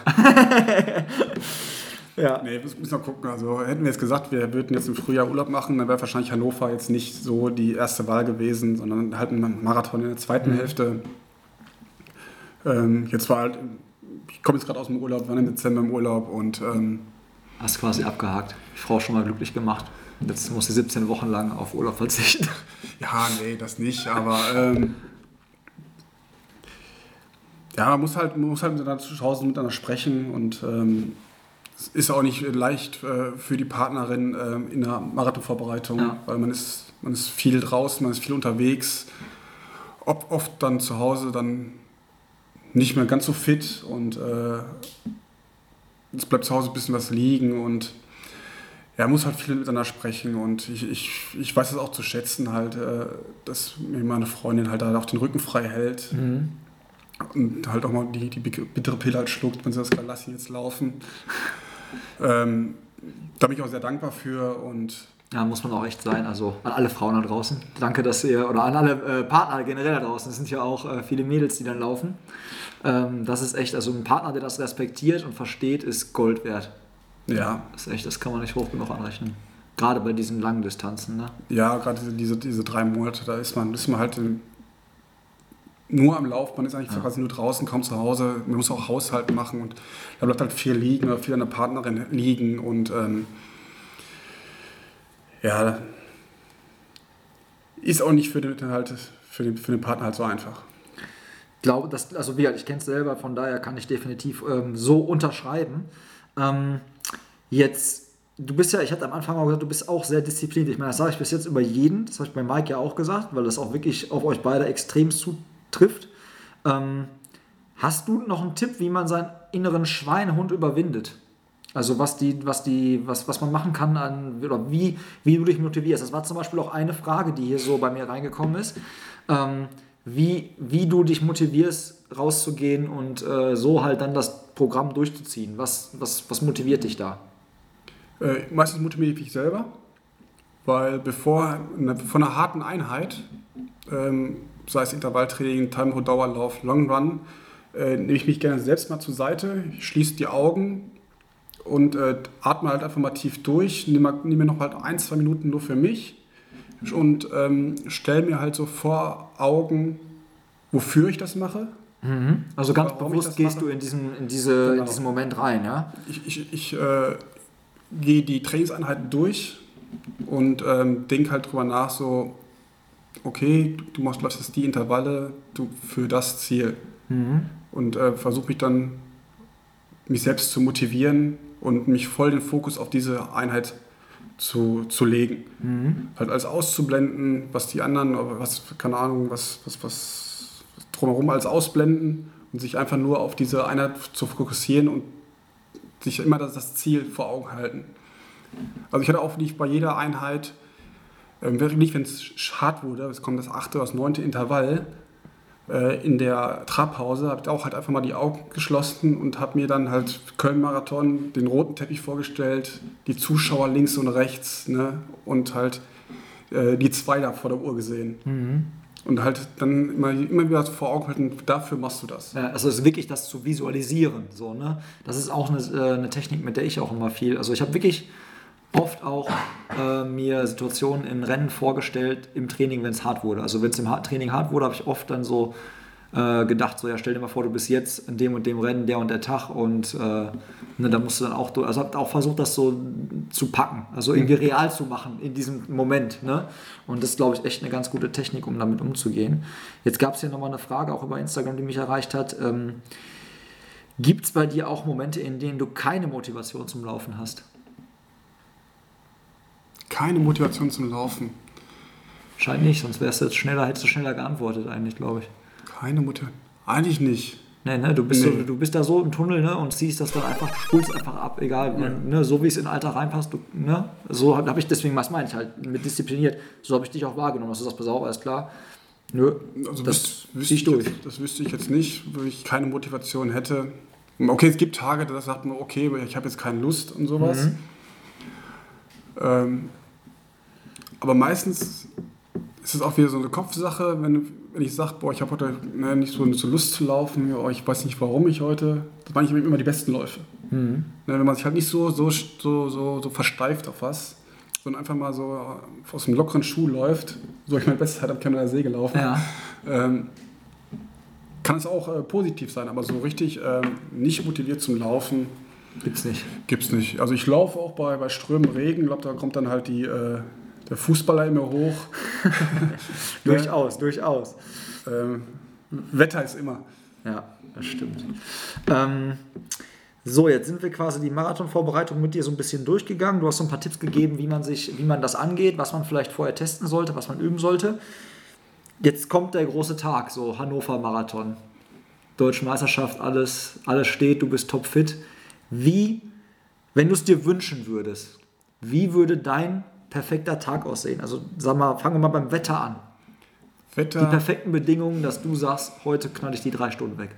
Ja. Nee, wir müssen mal gucken. Also hätten wir jetzt gesagt, wir würden jetzt im Frühjahr Urlaub machen, dann wäre wahrscheinlich Hannover jetzt nicht so die erste Wahl gewesen, sondern halt ein Marathon in der zweiten mhm. Hälfte. Ähm, jetzt war halt, ich komme jetzt gerade aus dem Urlaub, war im Dezember im Urlaub und ähm, hast quasi abgehakt. Die Frau schon mal glücklich gemacht. Jetzt muss sie siebzehn Wochen lang auf Urlaub verzichten. Ja, nee, das nicht, aber ähm, ja, man muss halt, man muss halt mit einer Zuschauer miteinander sprechen und ähm, es ist auch nicht leicht äh, für die Partnerin äh, in der Marathonvorbereitung, ja. weil man ist, man ist viel draußen, man ist viel unterwegs, ob oft dann zu Hause dann nicht mehr ganz so fit und äh, es bleibt zu Hause ein bisschen was liegen und ja, man muss halt viel miteinander sprechen und ich, ich, ich weiß es auch zu schätzen halt, äh, dass mir meine Freundin halt auch den Rücken frei hält mhm. und halt auch mal die, die bittere Pille halt schluckt, wenn sie das kann, lass ihn jetzt laufen. ähm, da bin ich auch sehr dankbar für und ja, muss man auch echt sein. Also an alle Frauen da draußen. Danke, dass ihr, oder an alle äh, Partner generell da draußen. Es sind ja auch äh, viele Mädels, die dann laufen. Ähm, das ist echt, also ein Partner, der das respektiert und versteht, ist Gold wert. Ja. Das ist echt, das kann man nicht hoch genug anrechnen. Gerade bei diesen langen Distanzen, ne? Ja, gerade diese, diese, diese drei Monate, da ist man, ist man halt in, nur am Lauf, man ist eigentlich ja. quasi nur draußen, kaum zu Hause. Man muss auch Haushalt machen und da bleibt halt viel liegen oder viel an der Partnerin liegen und ähm, ja, ist auch nicht für den, halt, für den, für den Partner halt so einfach. Ich glaube, dass, also wie, ich kenne es selber, von daher kann ich definitiv ähm, so unterschreiben. Ähm, jetzt, du bist ja, ich hatte am Anfang auch gesagt, du bist auch sehr diszipliniert. Ich meine, das sage ich bis jetzt über jeden, das habe ich bei Mike ja auch gesagt, weil das auch wirklich auf euch beide extrem zutrifft. Ähm, hast du noch einen Tipp, wie man seinen inneren Schweinehund überwindet? Also was die, was die, was, was man machen kann an, oder wie, wie du dich motivierst. Das war zum Beispiel auch eine Frage, die hier so bei mir reingekommen ist. Ähm, wie, wie du dich motivierst, rauszugehen und äh, so halt dann das Programm durchzuziehen. Was, was, was motiviert dich da? Äh, meistens motiviere ich mich selber, weil bevor eine, von einer harten Einheit, ähm, sei es Intervalltraining, Tempo, Dauerlauf, Long Run, äh, nehme ich mich gerne selbst mal zur Seite, schließe die Augen und äh, atme halt einfach mal tief durch, nehme, nehme mir noch halt ein, zwei Minuten nur für mich und ähm, stelle mir halt so vor Augen, wofür ich das mache. Mhm. Also ganz bewusst gehst mache. du in diesen, in, diese, genau. in diesen Moment rein, ja? Ich, ich, ich äh, gehe die Trainingseinheiten durch und ähm, denke halt drüber nach, so, okay, du, du machst läufst jetzt die Intervalle du, für das Ziel. Mhm. Und äh, versuche mich dann, mich selbst zu motivieren und mich voll den Fokus auf diese Einheit zu, zu legen. Mhm. Halt alles auszublenden, was die anderen, was, keine Ahnung, was, was, was drumherum alles ausblenden und sich einfach nur auf diese Einheit zu fokussieren und sich immer das, das Ziel vor Augen halten. Also ich hatte auch nicht bei jeder Einheit, äh, nicht wenn es hart wurde, es kommt das achte oder das neunte Intervall, äh, in der Trabpause habe ich auch halt einfach mal die Augen geschlossen und habe mir dann halt Köln-Marathon, den roten Teppich vorgestellt, die Zuschauer links und rechts, ne, und halt äh, die zwei da vor der Uhr gesehen. Mhm. Und halt dann immer, immer wieder vor Augen halten, dafür machst du das. Ja, also es ist wirklich das zu visualisieren. So, ne? Das ist auch eine, eine Technik, mit der ich auch immer viel, also ich habe wirklich oft auch äh, mir Situationen in Rennen vorgestellt im Training, wenn es hart wurde. Also wenn es im Har- Training hart wurde, habe ich oft dann so äh, gedacht, so ja, stell dir mal vor, du bist jetzt in dem und dem Rennen, der und der Tag und äh, ne, da musst du dann auch, durch- also habe auch versucht, das so zu packen, also irgendwie real zu machen in diesem Moment. Ne? Und das ist, glaube ich, echt eine ganz gute Technik, um damit umzugehen. Jetzt gab es hier nochmal eine Frage, auch über Instagram, die mich erreicht hat. Ähm, Gibt es bei dir auch Momente, in denen du keine Motivation zum Laufen hast? Keine Motivation zum Laufen. Scheint nicht, sonst wärst du jetzt schneller, hättest du schneller geantwortet eigentlich, glaube ich. Keine Motivation. Eigentlich nicht. Nee, ne, du bist, Nee. so, du bist da so im Tunnel, ne, und ziehst das dann einfach, du spulst einfach ab, egal, Ja. ne, so wie es in Alter reinpasst, du, ne, so habe hab ich, deswegen, was meine ich halt, mit diszipliniert, so habe ich dich auch wahrgenommen, dass du sagst, pass auf, alles klar, nö, Also das wüs- zieh wüsste ich ich durch. Jetzt, das wüsste ich jetzt nicht, wo ich keine Motivation hätte. Okay, es gibt Tage, da sagt man, okay, ich habe jetzt keine Lust und sowas. Mhm. Ähm, aber meistens ist es auch wieder so eine Kopfsache, wenn, wenn ich sage, boah, ich habe heute ne, nicht so, so Lust zu laufen, ja, ich weiß nicht, warum ich heute, das waren nicht immer die besten Läufe. Mhm. Ne, wenn man sich halt nicht so, so, so, so, so versteift auf was, sondern einfach mal so aus dem lockeren Schuh läuft, so ich meine beste Zeit am Kemmerer See gelaufen, Ja, ähm, kann es auch äh, positiv sein, aber so richtig ähm, nicht motiviert zum Laufen gibt's nicht. gibt es nicht. Also ich laufe auch bei, bei Strömen Regen, ich glaube, da kommt dann halt die, äh, der Fußballer immer hoch. Durchaus, durchaus. Ähm, Wetter ist immer. Ja, das stimmt. Ähm, so, jetzt sind wir quasi die Marathonvorbereitung mit dir so ein bisschen durchgegangen. Du hast so ein paar Tipps gegeben, wie man sich, wie man das angeht, was man vielleicht vorher testen sollte, was man üben sollte. Jetzt kommt der große Tag, so Hannover Marathon. Deutsche Meisterschaft, alles, alles steht, du bist topfit. Wie, wenn du es dir wünschen würdest, wie würde dein perfekter Tag aussehen? Also sag mal, fangen wir mal beim Wetter an. Die Wetter perfekten Bedingungen, dass du sagst, heute knall ich die drei Stunden weg.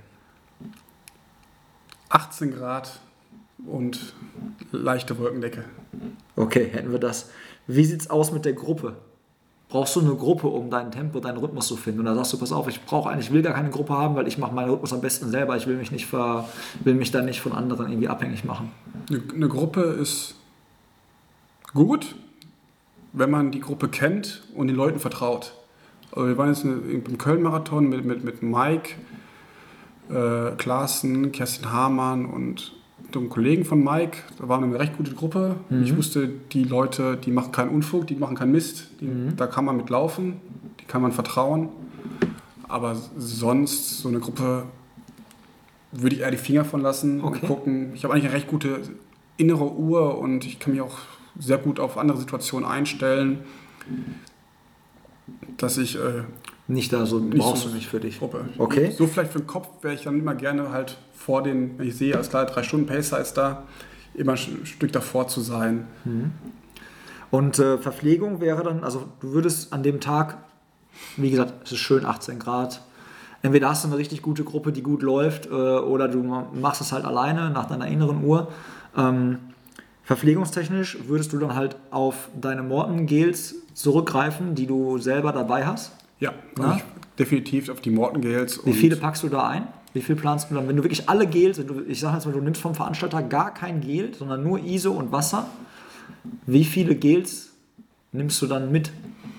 achtzehn Grad und leichte Wolkendecke. Okay, hätten wir das. Wie sieht's aus mit der Gruppe? Brauchst du eine Gruppe, um dein Tempo, deinen Rhythmus zu finden? Und da sagst du, pass auf, ich brauche eigentlich, will gar keine Gruppe haben, weil ich mache meinen Rhythmus am besten selber. Ich will mich nicht ver, will mich dann nicht von anderen irgendwie abhängig machen. Eine, eine Gruppe ist gut, wenn man die Gruppe kennt und den Leuten vertraut. Also wir waren jetzt im Köln-Marathon mit, mit, mit Mike, äh, Klaassen, Kerstin Hamann und dem Kollegen von Mike. Da war eine recht gute Gruppe. Mhm. Ich wusste, die Leute, die machen keinen Unfug, die machen keinen Mist. Die, Mhm. Da kann man mit laufen, die kann man vertrauen. Aber sonst, so eine Gruppe, würde ich eher die Finger von lassen Okay. und gucken. Ich habe eigentlich eine recht gute innere Uhr und ich kann mich auch sehr gut auf andere Situationen einstellen, dass ich äh, Nicht da so, Nicht brauchst so- du nicht für dich. Gruppe. Okay. So vielleicht für den Kopf wäre ich dann immer gerne halt vor den, wenn ich sehe, alles klar, drei Stunden Pacer ist da, immer ein Stück davor zu sein. Und äh, Verpflegung wäre dann, also du würdest an dem Tag, wie gesagt, es ist schön achtzehn Grad, entweder hast du eine richtig gute Gruppe, die gut läuft, äh, oder du machst es halt alleine nach deiner inneren Uhr. Ähm, verpflegungstechnisch würdest du dann halt auf deine Morten-Gels zurückgreifen, die du selber dabei hast. Ja, Na? also ich, definitiv auf die Morten-Gels. Wie und viele packst du da ein? Wie viel planst du dann? Wenn du wirklich alle Gels, wenn du, ich sage jetzt mal, du nimmst vom Veranstalter gar kein Gel, sondern nur I S O und Wasser, wie viele Gels nimmst du dann mit?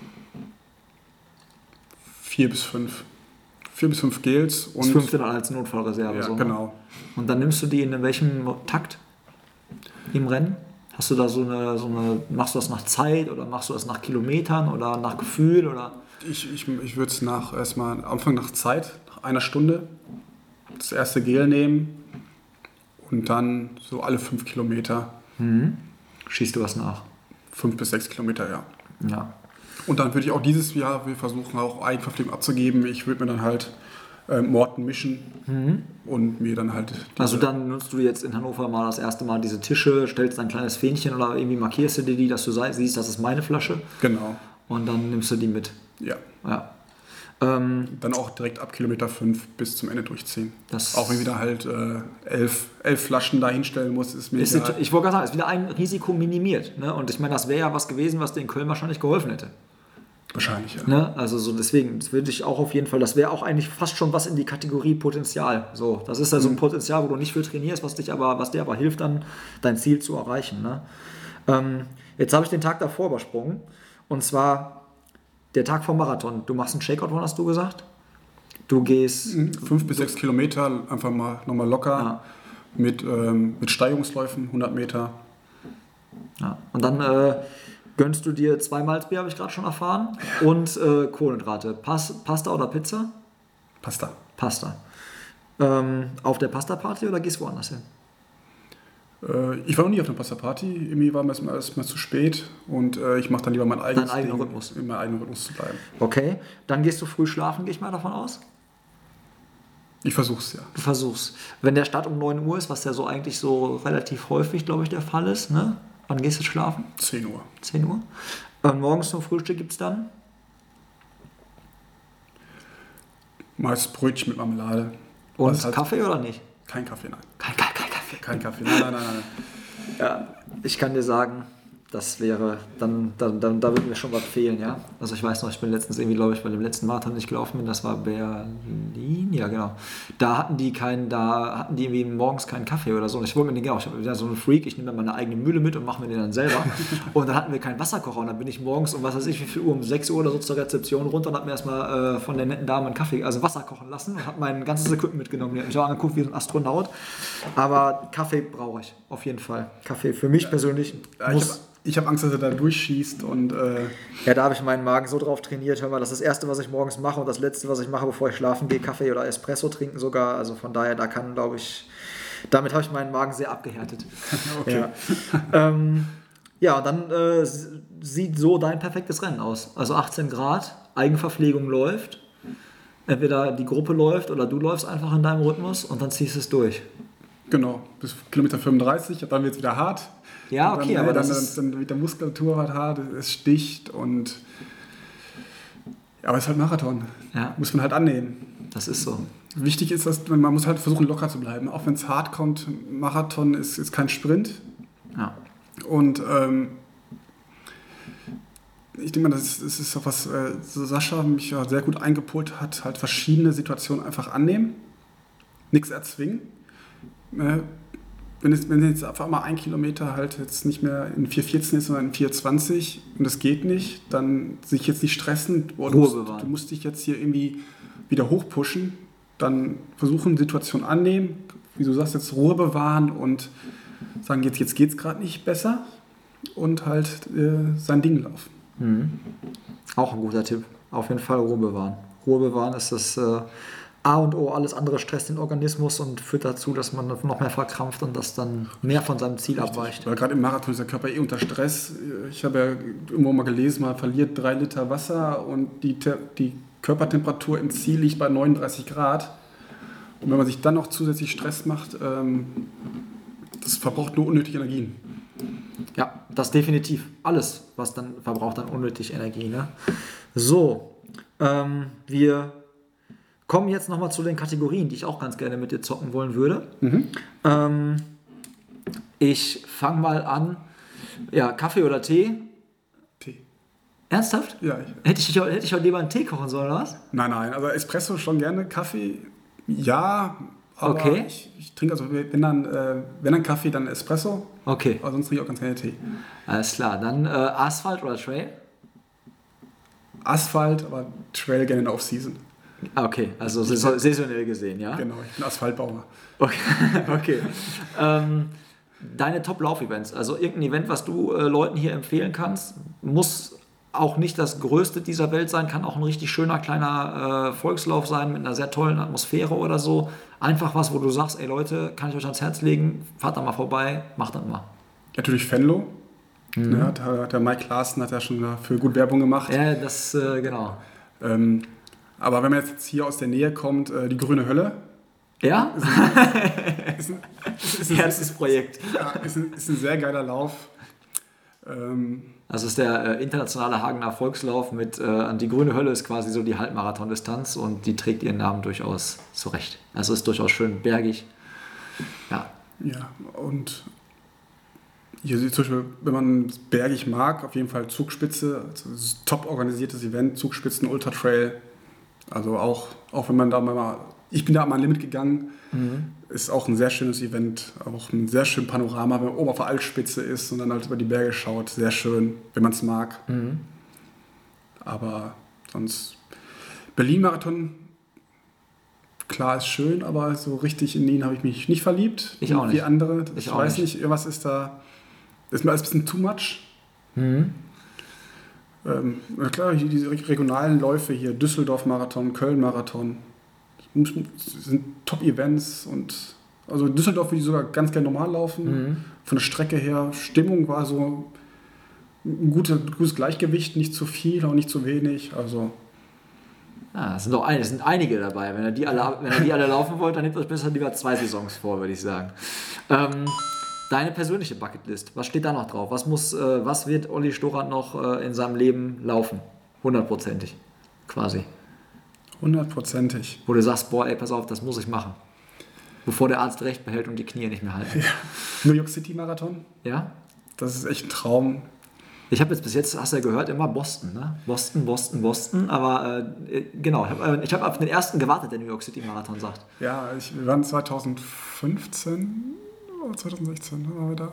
Vier bis fünf. Vier bis fünf Gels. Und Das fünfte dann als Notfallreserve. ja, so, ne? genau. Und dann nimmst du die in welchem Takt im Rennen? Hast du da so eine, so eine, machst du das nach Zeit oder machst du das nach Kilometern oder nach Gefühl oder? Ich, ich, ich würde es nach erstmal am Anfang nach Zeit, nach einer Stunde, das erste Gel nehmen und dann so alle fünf Kilometer, Schießt du was nach? fünf bis sechs Kilometer, ja. Ja. Und dann würde ich auch dieses Jahr, wir versuchen auch Eigenverpflegung abzugeben. Ich würde mir dann halt äh, Morten mischen und mir dann halt. diese- Also dann nutzt du jetzt in Hannover mal das erste Mal diese Tische, stellst ein kleines Fähnchen oder irgendwie markierst du dir die, dass du sei- siehst, das ist meine Flasche Genau, und dann nimmst du die mit. ja. Ja. Ähm, Dann auch direkt ab Kilometer fünf bis zum Ende durchziehen. Das- auch wenn ich wieder halt äh, elf, elf Flaschen da hinstellen muss, ist mir ist egal. ich wollte gerade sagen, es ist wieder ein Risiko minimiert. Ne? Und ich meine, das wäre ja was gewesen, was dir in Köln wahrscheinlich geholfen hätte. Wahrscheinlich, ja. Ne? Also so deswegen, das würde ich auch auf jeden Fall, das wäre auch eigentlich fast schon was in die Kategorie Potenzial. So, das ist ja so ein Potenzial, wo du nicht für trainierst, was dich aber, was dir aber hilft, dann dein Ziel zu erreichen. Ne? Ähm, jetzt habe ich den Tag davor übersprungen. Und zwar der Tag vom Marathon. Du machst einen Shakeout, hast du gesagt? Du gehst... Fünf bis sechs Kilometer, einfach mal nochmal locker. Ja. Mit, ähm, mit Steigerungsläufen, hundert Meter. Ja. Und dann äh, gönnst du dir zwei Malzbier, habe ich gerade schon erfahren. Und äh, Kohlenhydrate. Pas Pasta oder Pizza? Pasta. Pasta. Ähm, auf der Pasta-Party oder gehst du woanders hin? Äh, ich war noch nie auf einer Pasta-Party. Irgendwie war mir erstmal erstmal zu spät. Und äh, ich mache dann lieber mein eigenes Deinen eigenen Ding, Rhythmus. in meinem eigenen Rhythmus zu bleiben. Okay. Dann gehst du früh schlafen, gehe ich mal davon aus? Ich versuch's, ja. Du versuchst. Wenn der Start um neun Uhr ist, was ja so eigentlich so relativ häufig, glaube ich, der Fall ist, ne? Wann gehst du schlafen? zehn Uhr. zehn Uhr. Und morgens zum Frühstück gibt es dann? Meist Brötchen mit Marmelade. Und Was halt- Kaffee oder nicht? Kein Kaffee, nein. Kein, kein, kein Kaffee. Kein Kaffee, nein, nein, nein, nein. Ja, ich kann dir sagen, das wäre, dann, dann, dann da würde mir schon was fehlen, ja. Also ich weiß noch, ich bin letztens irgendwie, glaube ich, bei dem letzten Marathon nicht gelaufen bin, das war Berlin, ja genau. Da hatten die keinen, da hatten die irgendwie morgens keinen Kaffee oder so. Und ich wollte mir den, genau, ich bin ja so ein Freak, ich nehme dann meine eigene Mühle mit und mache mir den dann selber. Und dann hatten wir keinen Wasserkocher und dann bin ich morgens um, was weiß ich, wie viel Uhr, um sechs Uhr oder so zur Rezeption runter und habe mir erstmal äh, von der netten Dame einen Kaffee, also Wasser kochen lassen und habe mein ganzes Equipment mitgenommen. Die hat mich auch angeguckt wie so ein Astronaut. Aber Kaffee brauche ich, auf jeden Fall. Kaffee für mich persönlich Ja, ich muss... habe ich hab Angst, dass er da durchschießt und äh, Ja, da habe ich meinen Magen so drauf trainiert. Hör mal, das ist das Erste, was ich morgens mache und das Letzte, was ich mache, bevor ich schlafen gehe, Kaffee oder Espresso trinken sogar. Also von daher, da kann, glaube ich, damit habe ich meinen Magen sehr abgehärtet. okay. Ja, ähm, ja und dann äh, sieht so dein perfektes Rennen aus. Also achtzehn Grad, Eigenverpflegung läuft. Entweder die Gruppe läuft oder du läufst einfach in deinem Rhythmus und dann ziehst du es durch. Genau, bis Kilometer fünfunddreißig, dann wird es wieder hart. Ja, Und okay, dann, aber dann, das dann, ist... dann wird der Muskulatur halt hart, es sticht und ja, aber es ist halt Marathon. Ja, Muss man halt annehmen. das ist so. Wichtig ist, dass man, man muss halt versuchen, locker zu bleiben. Auch wenn es hart kommt, Marathon ist, ist kein Sprint. Ja. Und ähm, ich denke mal, das ist, das ist auch was äh, Sascha mich ja sehr gut eingepolt hat, halt verschiedene Situationen einfach annehmen, nichts erzwingen. Äh, wenn, es, wenn jetzt auf einmal ein Kilometer halt jetzt nicht mehr in vier vierzehn ist, sondern in vier zwanzig und das geht nicht, dann sich jetzt nicht stressen, boah, du, Ruhe musst, bewahren. du musst dich jetzt hier irgendwie wieder hochpushen, dann versuchen, Situation annehmen, wie du sagst, jetzt Ruhe bewahren und sagen, jetzt, jetzt geht es gerade nicht besser und halt äh, sein Ding laufen. Mhm. Auch ein guter Tipp. Auf jeden Fall Ruhe bewahren. Ruhe bewahren ist das äh, A und O. Alles andere stresst den Organismus und führt dazu, dass man noch mehr verkrampft und das dann mehr von seinem Ziel abweicht. Weil gerade im Marathon ist der Körper eh unter Stress. Ich habe ja irgendwo mal gelesen, man verliert drei Liter Wasser und die, Te- die Körpertemperatur im Ziel liegt bei neununddreißig Grad. Und wenn man sich dann noch zusätzlich Stress macht, ähm, das verbraucht nur unnötige Energien. Ja, das definitiv. Alles, was dann verbraucht dann unnötig Energie. Ne? So, ähm, wir kommen jetzt nochmal zu den Kategorien, die ich auch ganz gerne mit dir zocken wollen würde. Mhm. Ähm, ich fange mal an. Ja, Kaffee oder Tee? Tee. Ernsthaft? Ja, ich, Hätte ich, hätte ich heute lieber einen Tee kochen sollen, oder was? nein, nein, also Espresso schon gerne, Kaffee ja, aber Okay. ich, ich trinke also, wenn dann, äh, wenn dann Kaffee, dann Espresso, Okay, aber sonst trinke ich auch ganz gerne Tee. alles klar. Dann äh, Asphalt oder Trail? Asphalt, aber Trail gerne in der Off-Season. Ah, okay, also saison- saisonell gesehen, ja? Genau, ich bin Asphaltbauer. Okay. okay. ähm, deine Top-Lauf-Events, also irgendein Event, was du äh, Leuten hier empfehlen kannst, muss auch nicht das größte dieser Welt sein, kann auch ein richtig schöner kleiner äh, Volkslauf sein mit einer sehr tollen Atmosphäre oder so. Einfach was, wo du sagst, ey Leute, kann ich euch ans Herz legen, fahrt da mal vorbei, macht das mal. Natürlich Venlo. Mhm. Ja, der, der Mike Larsen hat ja schon dafür gut Werbung gemacht. Ja, das, äh, genau. Ähm, aber wenn man jetzt hier aus der Nähe kommt, äh, die Grüne Hölle. Ja? Ist ein, ist, ist, ist, Herzensprojekt. ja, ist, ein, ist ein sehr geiler Lauf. Ähm, Also ist der äh, internationale Hagener Volkslauf mit, äh, die Grüne Hölle ist quasi so die Halbmarathon-Distanz und die trägt ihren Namen durchaus zurecht. Also ist durchaus schön bergig. Ja. ja, und hier zum Beispiel, wenn man es bergig mag, auf jeden Fall Zugspitze, also es ist ein top organisiertes Event, Zugspitzen Ultra Trail. Also auch, auch wenn man da mal, ich bin da mal ein Limit gegangen, Mhm. ist auch ein sehr schönes Event, auch ein sehr schönes Panorama, wenn man oben auf der Altspitze ist und dann halt über die Berge schaut. Sehr schön, wenn man es mag. Mhm. Aber sonst Berlin-Marathon, klar ist schön, aber so richtig in ihn habe ich mich nicht verliebt. Ich auch nicht. Wie andere. Ich Ich, auch weiß nicht. nicht, irgendwas ist da, ist mir alles ein bisschen too much. Mhm. Ähm, na klar, hier diese regionalen Läufe hier, Düsseldorf-Marathon, Köln-Marathon, sind Top-Events und also in Düsseldorf würde ich sogar ganz gerne normal laufen. Mhm. Von der Strecke her, Stimmung war so ein gutes, gutes Gleichgewicht, nicht zu viel, auch nicht zu wenig. Also Ja, es sind doch ein, es sind einige dabei. Wenn ihr die alle, wenn ihr die alle laufen wollt, dann nehmt euch besser lieber zwei Saisons vor, würde ich sagen. Ähm, deine persönliche Bucketlist, was steht da noch drauf? Was muss, äh, was wird Olli Storant noch äh, in seinem Leben laufen? Hundertprozentig, quasi. hundertprozentig. Wo du sagst, boah, ey, pass auf, das muss ich machen. Bevor der Arzt recht behält und die Knie nicht mehr halten. New York City Marathon, Ja? das ist echt ein Traum. Ich habe jetzt bis jetzt, hast du ja gehört, immer Boston, ne? Boston, Boston, Boston. Aber äh, genau, ich habe äh, ich hab auf den ersten gewartet, der New York City Marathon sagt. Ja, ich, wir waren zwanzig fünfzehn oder zwanzig sechzehn, waren wir da.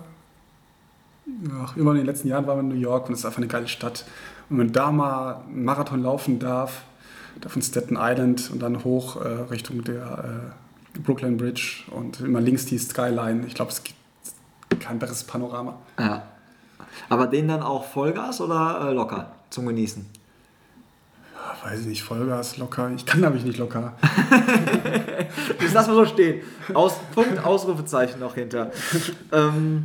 Ja, immer in den letzten Jahren waren wir in New York und es ist einfach eine geile Stadt. Und wenn man da mal einen Marathon laufen darf, da von Staten Island und dann hoch äh, Richtung der äh, Brooklyn Bridge und immer links die Skyline, ich glaube, es gibt kein besseres Panorama. Ja. Aber den dann auch Vollgas oder äh, locker zum Genießen? Ja, weiß ich nicht, Vollgas, locker. Ich kann, glaube ich, nicht locker. Das lassen wir so stehen. Aus, Punkt, Ausrufezeichen noch hinter. ähm,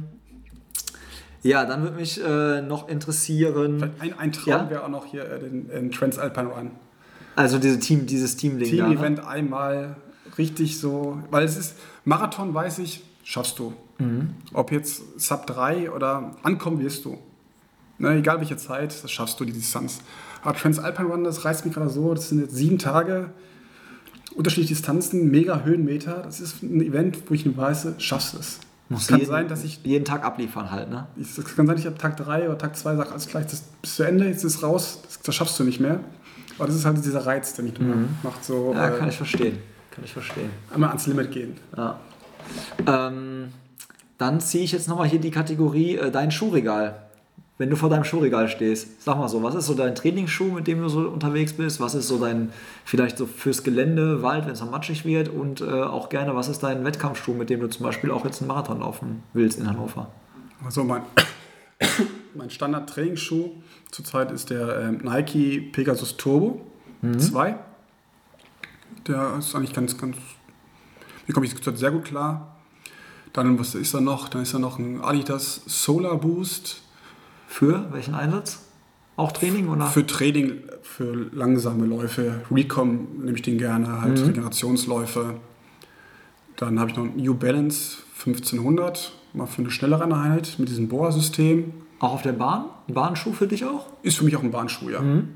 ja, dann würde mich äh, noch interessieren. Ein, ein Traum Ja? wäre auch noch hier äh, den, den Transalpine Run. Also diese Team, dieses Team-Ding da. Team-Event Ne? einmal richtig so, weil es ist, Marathon weiß ich, schaffst du. Mhm. Ob jetzt Sub drei oder ankommen wirst du. Ne, egal welche Zeit, das schaffst du, die Distanz. Aber Transalpine Run, das reißt mich gerade so, das sind jetzt sieben Tage, unterschiedliche Distanzen, mega Höhenmeter. Das ist ein Event, wo ich nur weiß, schaffst du es. Muss Es kann jeden, sein, dass ich, jeden Tag abliefern halt, ne? es kann sein, dass ich ab Tag drei oder Tag zwei sage, alles gleich, das bis zu Ende, jetzt ist es raus, das, das schaffst du nicht mehr. Aber das ist halt dieser Reiz, der mich mhm. macht, so Ja, äh, kann ich verstehen. Kann ich verstehen. einmal ans Limit gehen. Ja. Ähm, dann ziehe ich jetzt nochmal hier die Kategorie äh, dein Schuhregal. Wenn du vor deinem Schuhregal stehst, sag mal so, was ist so dein Trainingsschuh, mit dem du so unterwegs bist? Was ist so dein, vielleicht so fürs Gelände, Wald, wenn es dann matschig wird? Und äh, auch gerne, was ist dein Wettkampfschuh, mit dem du zum Beispiel auch jetzt einen Marathon laufen willst in Hannover? Also mein, mein Standard-Trainingsschuh zurzeit ist der ähm, Nike Pegasus Turbo Mhm. zwei. Der ist eigentlich ganz, ganz, hier komme ich zurzeit sehr gut klar. Dann, was ist da noch? Dann ist da noch ein Adidas Solar Boost. Für welchen Einsatz? Auch Training oder? Für Training, für langsame Läufe. Recon nehme ich den gerne, halt Mhm. Regenerationsläufe. Dann habe ich noch ein New Balance fünfzehnhundert, mal für eine schnellere Einheit mit diesem Boa-System. Auch auf der Bahn? Ein Bahnschuh für dich auch? Ist für mich auch ein Bahnschuh, ja. Mhm.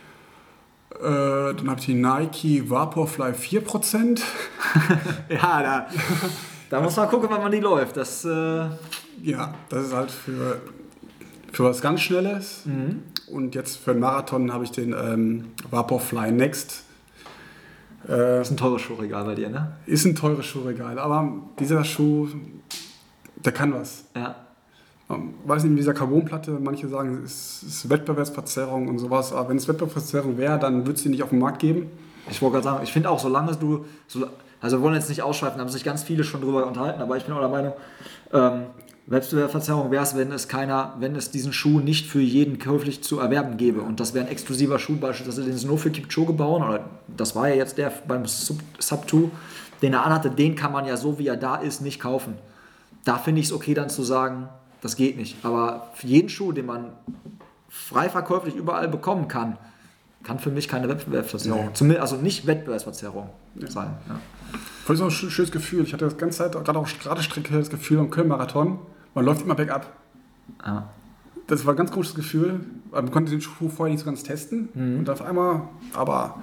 Äh, dann habe ich die Nike Vaporfly vier Prozent. Ja, da, da muss man gucken, wann man die läuft. Das, äh Ja, das ist halt für, für was ganz Schnelles. mhm. Und jetzt für einen Marathon habe ich den ähm, Vaporfly Next. Äh, Das ist ein teures Schuhregal bei dir, ne? ist ein teures Schuhregal, aber dieser Schuh, der kann was. Ja. Ähm, weiß nicht, mit dieser Carbonplatte, manche sagen, es ist Wettbewerbsverzerrung und sowas, aber wenn es Wettbewerbsverzerrung wäre, dann würde es die nicht auf den Markt geben. Ich wollte gerade sagen, ich finde auch, solange du, so, also wir wollen jetzt nicht ausschweifen, da haben sich ganz viele schon drüber unterhalten, aber ich bin auch der Meinung, ähm, Wettbewerbsverzerrung wäre es, wenn es keiner, wenn es diesen Schuh nicht für jeden käuflich zu erwerben gäbe. Und das wäre ein exklusiver Schuh, beispielsweise den sie nur für Kipchoge bauen, oder das war ja jetzt der beim Sub zwei, den er anhatte, den kann man ja so, wie er da ist, nicht kaufen. Da finde ich es okay, dann zu sagen, das geht nicht. Aber für jeden Schuh, den man frei verkäuflich überall bekommen kann, kann für mich keine Wettbewerbsverzerrung, Nee. zumindest, also nicht Wettbewerbsverzerrung sein. Ja. Das ist auch ein schö- schönes Gefühl. Ich hatte das ganze Zeit, gerade auf gerade Strecke, das Gefühl am Köln-Marathon, man läuft immer bergab. Ja. Das war ein ganz großes Gefühl. Man konnte den Schuh vorher nicht so ganz testen. Mhm. Und auf einmal, aber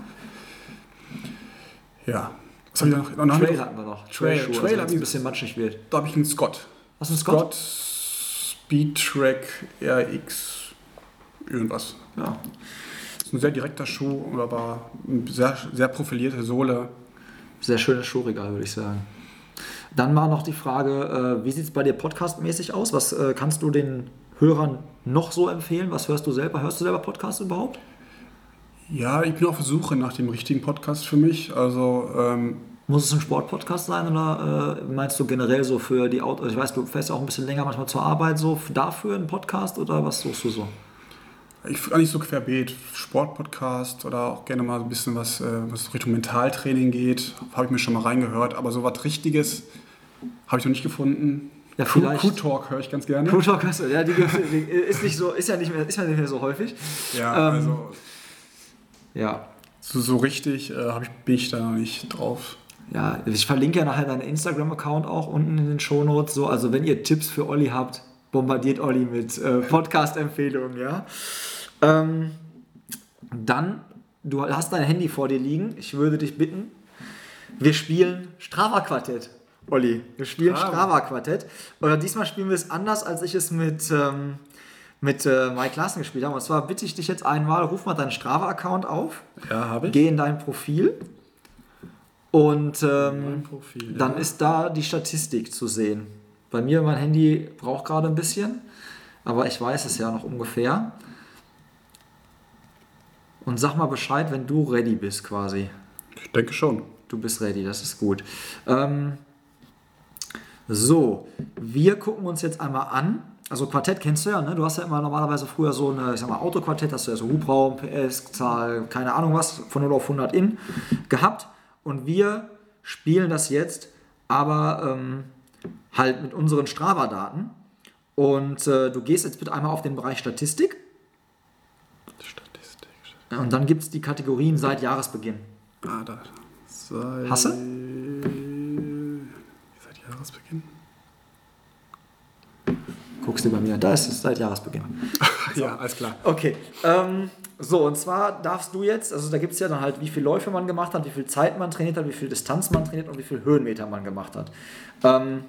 ja. Was habe ich da noch? noch Trail hatten wir noch. Trail, Trail-Schuhe, Trail also wenn hab es ich- ein bisschen matschig wird. Da habe ich einen Scott. Was ist ein Scott? Speed Track R X irgendwas. Ja. Das ist ein sehr direkter Schuh, aber eine sehr, sehr profilierte Sohle. Sehr schönes Schuhregal, würde ich sagen. Dann war noch die Frage, äh, wie sieht es bei dir podcastmäßig aus? Was äh, kannst du den Hörern noch so empfehlen? Was hörst du selber? Hörst du selber Podcasts überhaupt? Ja, ich bin auf der Suche nach dem richtigen Podcast für mich. Also ähm, muss es ein Sportpodcast sein oder äh, meinst du generell so für die Auto? Ich weiß, du fährst ja auch ein bisschen länger manchmal zur Arbeit, so dafür ein Podcast oder was suchst du so? Ich eigentlich so querbeet, Sportpodcast oder auch gerne mal ein bisschen was, äh, was Richtung Mentaltraining geht. Habe ich mir schon mal reingehört, aber so was Richtiges habe ich noch nicht gefunden. Ja, vielleicht. Crew Talk höre ich ganz gerne. Crew Talk, ja, die, die ist nicht so, ist ja nicht mehr, ist ja nicht mehr so häufig. Ja, ähm, also ja. So, so richtig äh, hab ich, bin ich da noch nicht drauf. Ja, ich verlinke ja nachher deinen Instagram-Account auch unten in den Shownotes. So, also wenn ihr Tipps für Olli habt, bombardiert Olli mit äh, Podcast-Empfehlungen, ja. Ähm, dann, du hast dein Handy vor dir liegen. Ich würde dich bitten, wir spielen Strava-Quartett, Olli. Wir spielen Strava. Strava-Quartett. Oder diesmal spielen wir es anders, als ich es mit, ähm, mit äh, Mike Larsen gespielt habe. Und zwar bitte ich dich jetzt einmal, ruf mal deinen Strava-Account auf. Ja, habe ich. Geh in dein Profil. Und ähm, Mein Profil, dann ja. ist da die Statistik zu sehen. Bei mir, mein Handy braucht gerade ein bisschen, aber ich weiß es ja noch ungefähr. Und sag mal Bescheid, wenn du ready bist quasi. Ich denke schon. Du bist ready, das ist gut. Ähm, so, wir gucken uns jetzt einmal an. Also Quartett kennst du ja, ne? Du hast ja immer normalerweise früher so eine, ich sag mal, Autoquartett, hast du ja so Hubraum, P S, Zahl, keine Ahnung was, von null auf hundert in gehabt. Und wir spielen das jetzt aber ähm, halt mit unseren Strava-Daten. Und äh, du gehst jetzt bitte einmal auf den Bereich Statistik. Statistik. Und dann gibt es die Kategorien seit Jahresbeginn. Ah, da. Seit, Hast du? Seit Jahresbeginn? Guckst du bei mir, da ist es seit Jahresbeginn. So. Ja, alles klar. Okay, ähm, so und zwar darfst du jetzt, also da gibt es ja dann halt, wie viele Läufe man gemacht hat, wie viel Zeit man trainiert hat, wie viel Distanz man trainiert und wie viel Höhenmeter man gemacht hat. Ähm,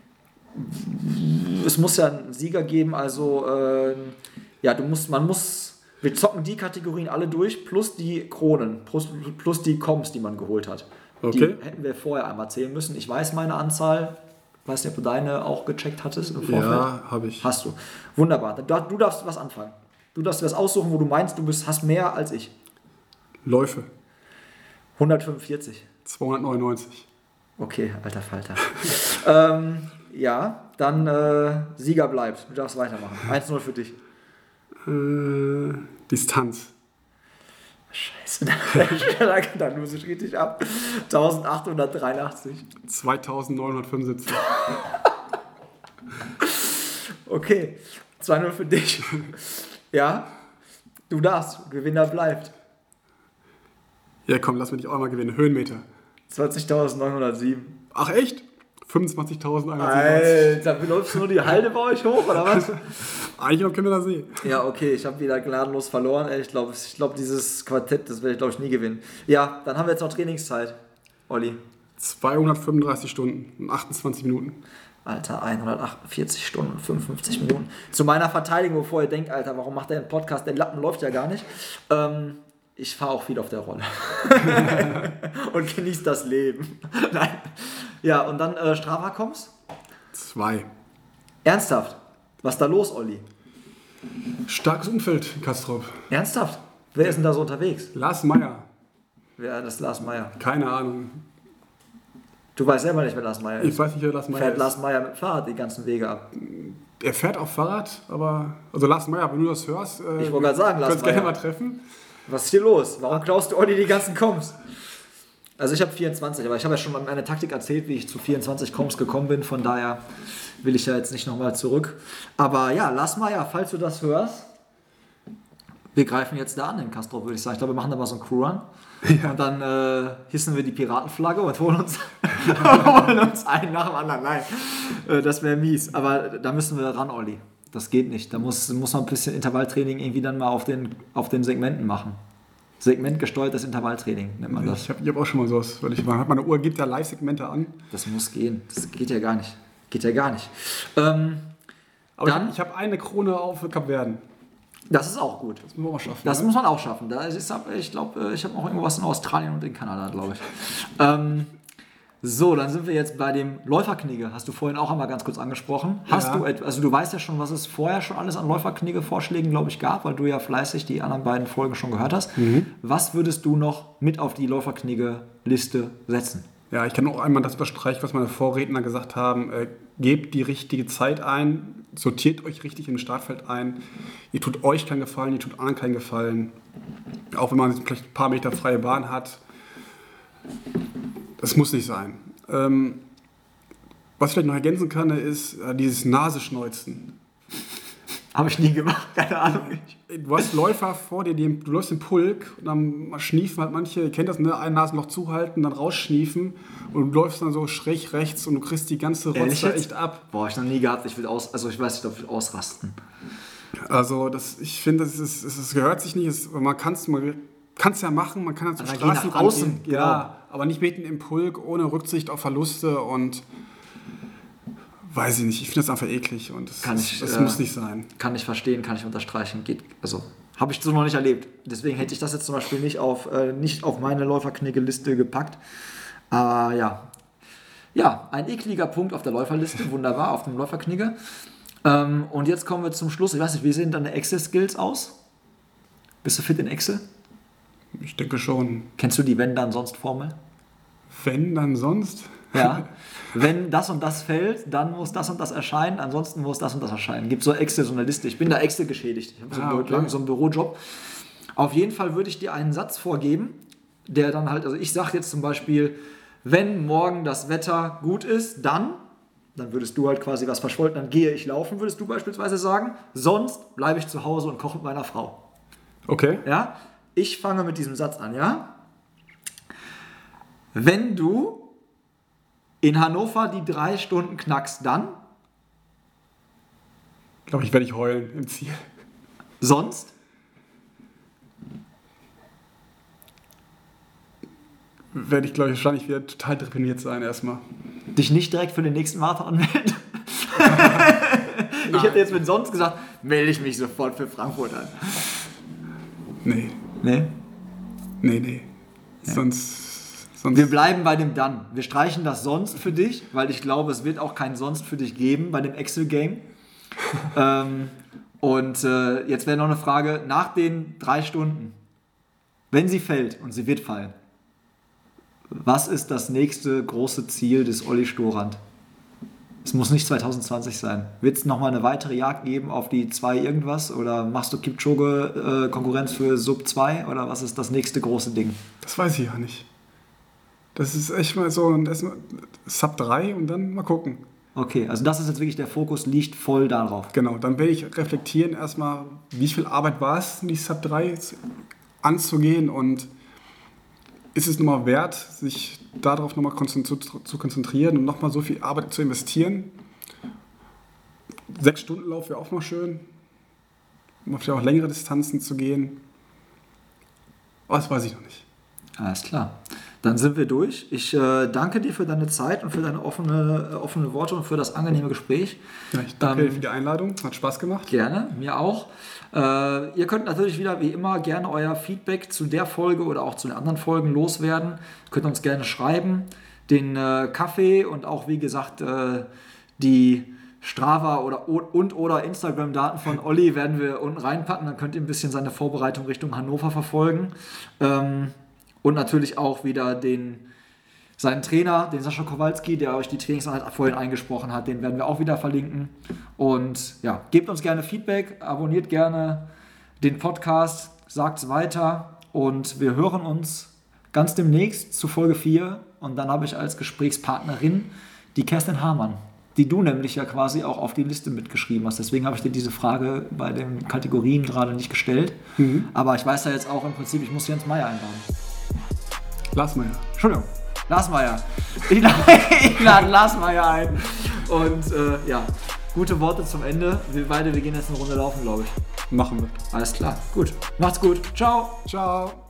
es muss ja einen Sieger geben, also äh, ja, du musst, man muss, wir zocken die Kategorien alle durch, plus die Kronen, plus, plus die Coms, die man geholt hat. Okay. Die hätten wir vorher einmal zählen müssen. Ich weiß meine Anzahl. Weiß nicht, ob du deine auch gecheckt hattest im Vorfeld. Ja, habe ich. Hast du. Wunderbar. Du darfst was anfangen. Du darfst was aussuchen, wo du meinst, du bist, hast mehr als ich. Läufe. hundertfünfundvierzig. zweihundertneunundneunzig. Okay, alter Falter. ähm, ja, dann äh, Sieger bleibt. Du darfst weitermachen. eins null für dich. Äh, Distanz. Scheiße, dann muss ich richtig ab. eintausendachthundertdreiundachtzig. zweitausendneunhundertfünfundsiebzig. Okay, zwei null für dich. Ja, du darfst. Gewinner bleibt. Ja, komm, lass mich nicht auch mal gewinnen. Höhenmeter. zwanzigtausendneunhundertsieben. Ach, echt? fünfundzwanzigtausendeinhundertsiebenundneunzig. Alter, läufst du nur die Halde bei euch hoch, oder was? Eigentlich noch Kimmerer See. Ja, okay, ich habe wieder gnadenlos verloren. Ey, ich glaube, ich glaub, dieses Quartett, das werde ich, glaube ich, nie gewinnen. Ja, dann haben wir jetzt noch Trainingszeit, Olli. zweihundertfünfunddreißig Stunden und achtundzwanzig Minuten. Alter, hundertachtundvierzig Stunden und fünfundfünfzig Minuten. Zu meiner Verteidigung, bevor ihr denkt, Alter, warum macht der einen Podcast? Der Lappen läuft ja gar nicht. Ähm, ich fahre auch viel auf der Rolle. Und genieße das Leben. Nein. Ja, und dann äh, Strava kommst? Zwei. Ernsthaft? Was ist da los, Olli? Starkes Umfeld, Kastrop. Ernsthaft? Wer ist denn da so unterwegs? Lars Meyer. Wer das ist Lars Meyer? Keine Ahnung. Du weißt selber nicht, wer Lars Meyer ist. Ich weiß nicht, wer Lars Meyer Fährt ist. Lars Meyer mit dem Fahrrad die ganzen Wege ab? Er fährt auch Fahrrad, aber... Also Lars Meyer, wenn du das hörst... Äh, Ich wollte gerade sagen, Lars Lars Meyer. Meyer. gerne mal treffen. Was ist hier los? Warum klaust du Olli die ganzen Coms? Also ich habe vierundzwanzig, aber ich habe ja schon mal meine Taktik erzählt, wie ich zu vierundzwanzig Coms gekommen bin. Von daher will ich ja jetzt nicht nochmal zurück. Aber ja, Lars Meyer, falls du das hörst, wir greifen jetzt da an den Castrop, würde ich sagen. Ich glaube, wir machen da mal so einen Crew-Run. Ja. Und dann äh, hissen wir die Piratenflagge und holen uns, holen uns einen nach dem anderen. Nein, äh, das wäre mies. Aber da müssen wir ran, Olli. Das geht nicht. Da muss, muss man ein bisschen Intervalltraining irgendwie dann mal auf den, auf den Segmenten machen. Segmentgesteuertes Intervalltraining nennt man das. Ich habe hab auch schon mal sowas, weil ich war, meine Uhr gibt ja Live-Segmente an. Das muss gehen. Das geht ja gar nicht. Geht ja gar nicht. Ähm, Aber dann, ich, ich habe eine Krone auf Kapverden. Das ist auch gut. Das müssen wir auch schaffen. Das ne? muss man auch schaffen. Da ist, ich glaube, ich habe noch irgendwas in Australien und in Kanada, glaube ich. ähm, So, dann sind wir jetzt bei dem Läuferknigge. Hast du vorhin auch einmal ganz kurz angesprochen. Hast Ja. du, et- also du weißt ja schon, was es vorher schon alles an Läuferknigge-Vorschlägen, glaube ich, gab, weil du ja fleißig die anderen beiden Folgen schon gehört hast. Was würdest du noch mit auf die Läuferknigge-Liste setzen? Ja, ich kann auch einmal das unterstreichen, was meine Vorredner gesagt haben. Äh, gebt die richtige Zeit ein, sortiert euch richtig im Startfeld ein. Ihr tut euch keinen Gefallen, ihr tut anderen keinen Gefallen. Auch wenn man vielleicht ein paar Meter freie Bahn hat. Das muss nicht sein. Ähm, was ich vielleicht noch ergänzen kann, ist äh, dieses Nasenschneuzen. Habe ich nie gemacht, keine Ahnung. Du hast Läufer vor dir, die, du läufst im Pulk und dann schniefen halt manche, ihr kennt das, ne? Ein Nasenloch zuhalten, dann rausschniefen und du läufst dann so schräg rechts und du kriegst die ganze Ehrlich Rotze jetzt? echt ab. Boah, ich noch nie gehabt. Ich will aus, also ich weiß nicht, ob ich will ausrasten. Also das, ich finde, das, ist, es es gehört sich nicht, es, man kann es man kann's ja machen, man kann ja zum Aber geh nach Straßenrand außen, gehen, genau. ja, aber nicht mitten im Pulk, ohne Rücksicht auf Verluste und weiß ich nicht, ich finde das einfach eklig und das, Kann das, ich, das äh, muss nicht sein. Kann ich verstehen, kann ich unterstreichen. Geht, also habe ich so noch nicht erlebt. Deswegen hätte ich das jetzt zum Beispiel nicht auf, äh, nicht auf meine Läuferknigge-Liste gepackt. Aber ja. Ja, ein ekliger Punkt auf der Läuferliste. Wunderbar, auf dem Läuferknigge. Ähm, und jetzt kommen wir zum Schluss. Ich weiß nicht, wie sehen deine Excel-Skills aus? Bist du fit in Excel? Ich denke schon, Kennst du die Wenn-Dann-Sonst-Formel? wenn, dann sonst. Ja. Wenn das und das fällt, dann muss das und das erscheinen, ansonsten muss das und das erscheinen. Gibt so Excel, so eine Liste. Ich bin da Excel geschädigt. Ich habe so, Ah, einen- okay. lang so einen Bürojob. Auf jeden Fall würde ich dir einen Satz vorgeben, der dann halt, also ich sage jetzt zum Beispiel, wenn morgen das Wetter gut ist, dann, dann würdest du halt quasi was verschwollen, dann gehe ich laufen, würdest du beispielsweise sagen, sonst bleibe ich zu Hause und koche mit meiner Frau. Okay. Ja? Ich fange mit diesem Satz an, ja? Wenn du in Hannover die drei Stunden knackst, dann Ich glaube, ich werde ich heulen im Ziel. sonst Werde ich, glaube ich, wahrscheinlich wieder total deprimiert sein erstmal. dich nicht direkt für den nächsten Marathon anmelden. Ich hätte jetzt mit sonst gesagt, melde ich mich sofort für Frankfurt an. Nee, Nee? nee, nee. Sonst, sonst Wir bleiben bei dem Dann. Wir streichen das sonst für dich, weil ich glaube, es wird auch kein sonst für dich geben bei dem Excel-Game. ähm, und äh, jetzt wäre noch eine Frage, nach den drei Stunden, wenn sie fällt und sie wird fallen, was ist das nächste große Ziel des Olli Storand? Es muss nicht zwanzig zwanzig sein. Wird es nochmal eine weitere Jagd geben auf die zwei irgendwas? Oder machst du Kipchoge äh, Konkurrenz für Sub zwei? Oder was ist das nächste große Ding? das weiß ich ja nicht. Das ist echt mal so ein erstmal Sub drei und dann mal gucken. Okay, also das ist jetzt wirklich der Fokus, liegt voll darauf. Genau, dann werde ich reflektieren erstmal, wie viel Arbeit war es, die Sub drei anzugehen und ist es nochmal wert, sich darauf nochmal konzentri- zu konzentrieren und nochmal so viel Arbeit zu investieren. Sechs Stunden Lauf wäre auch mal schön, um vielleicht auch längere Distanzen zu gehen. Aber das weiß ich noch nicht. Alles klar. Dann sind wir durch. Ich äh, danke dir für deine Zeit und für deine offene, äh, offene Worte und für das angenehme Gespräch. Ja, ich danke Ähm, für die Einladung, hat Spaß gemacht. Gerne, mir auch. Äh, ihr könnt natürlich wieder wie immer gerne euer Feedback zu der Folge oder auch zu den anderen Folgen loswerden. Ihr könnt uns gerne schreiben. Den äh, Kaffee und auch wie gesagt äh, die Strava oder und oder Instagram-Daten von Olli werden wir unten reinpacken. Dann könnt ihr ein bisschen seine Vorbereitung Richtung Hannover verfolgen. Ähm, und natürlich auch wieder den seinen Trainer, den Sascha Kowalski, der euch die Trainingseinheit vorhin eingesprochen hat, den werden wir auch wieder verlinken. Und ja, gebt uns gerne Feedback, abonniert gerne den Podcast, sagt es weiter und wir hören uns ganz demnächst zu Folge vier. Und dann habe ich als Gesprächspartnerin die Kerstin Hamann, die du nämlich ja quasi auch auf die Liste mitgeschrieben hast. Deswegen habe ich dir diese Frage bei den Kategorien gerade nicht gestellt. Mhm. Aber ich weiß ja jetzt auch im Prinzip, ich muss Jens Meyer einladen. Lass mal ja. Entschuldigung, Lars Meyer. Ich lade, ich lade Lars Meyer ein. Und äh, ja, gute Worte zum Ende. Wir beide, wir gehen jetzt eine Runde laufen, glaube ich. Machen wir. Alles klar, gut. Macht's gut. Ciao. Ciao.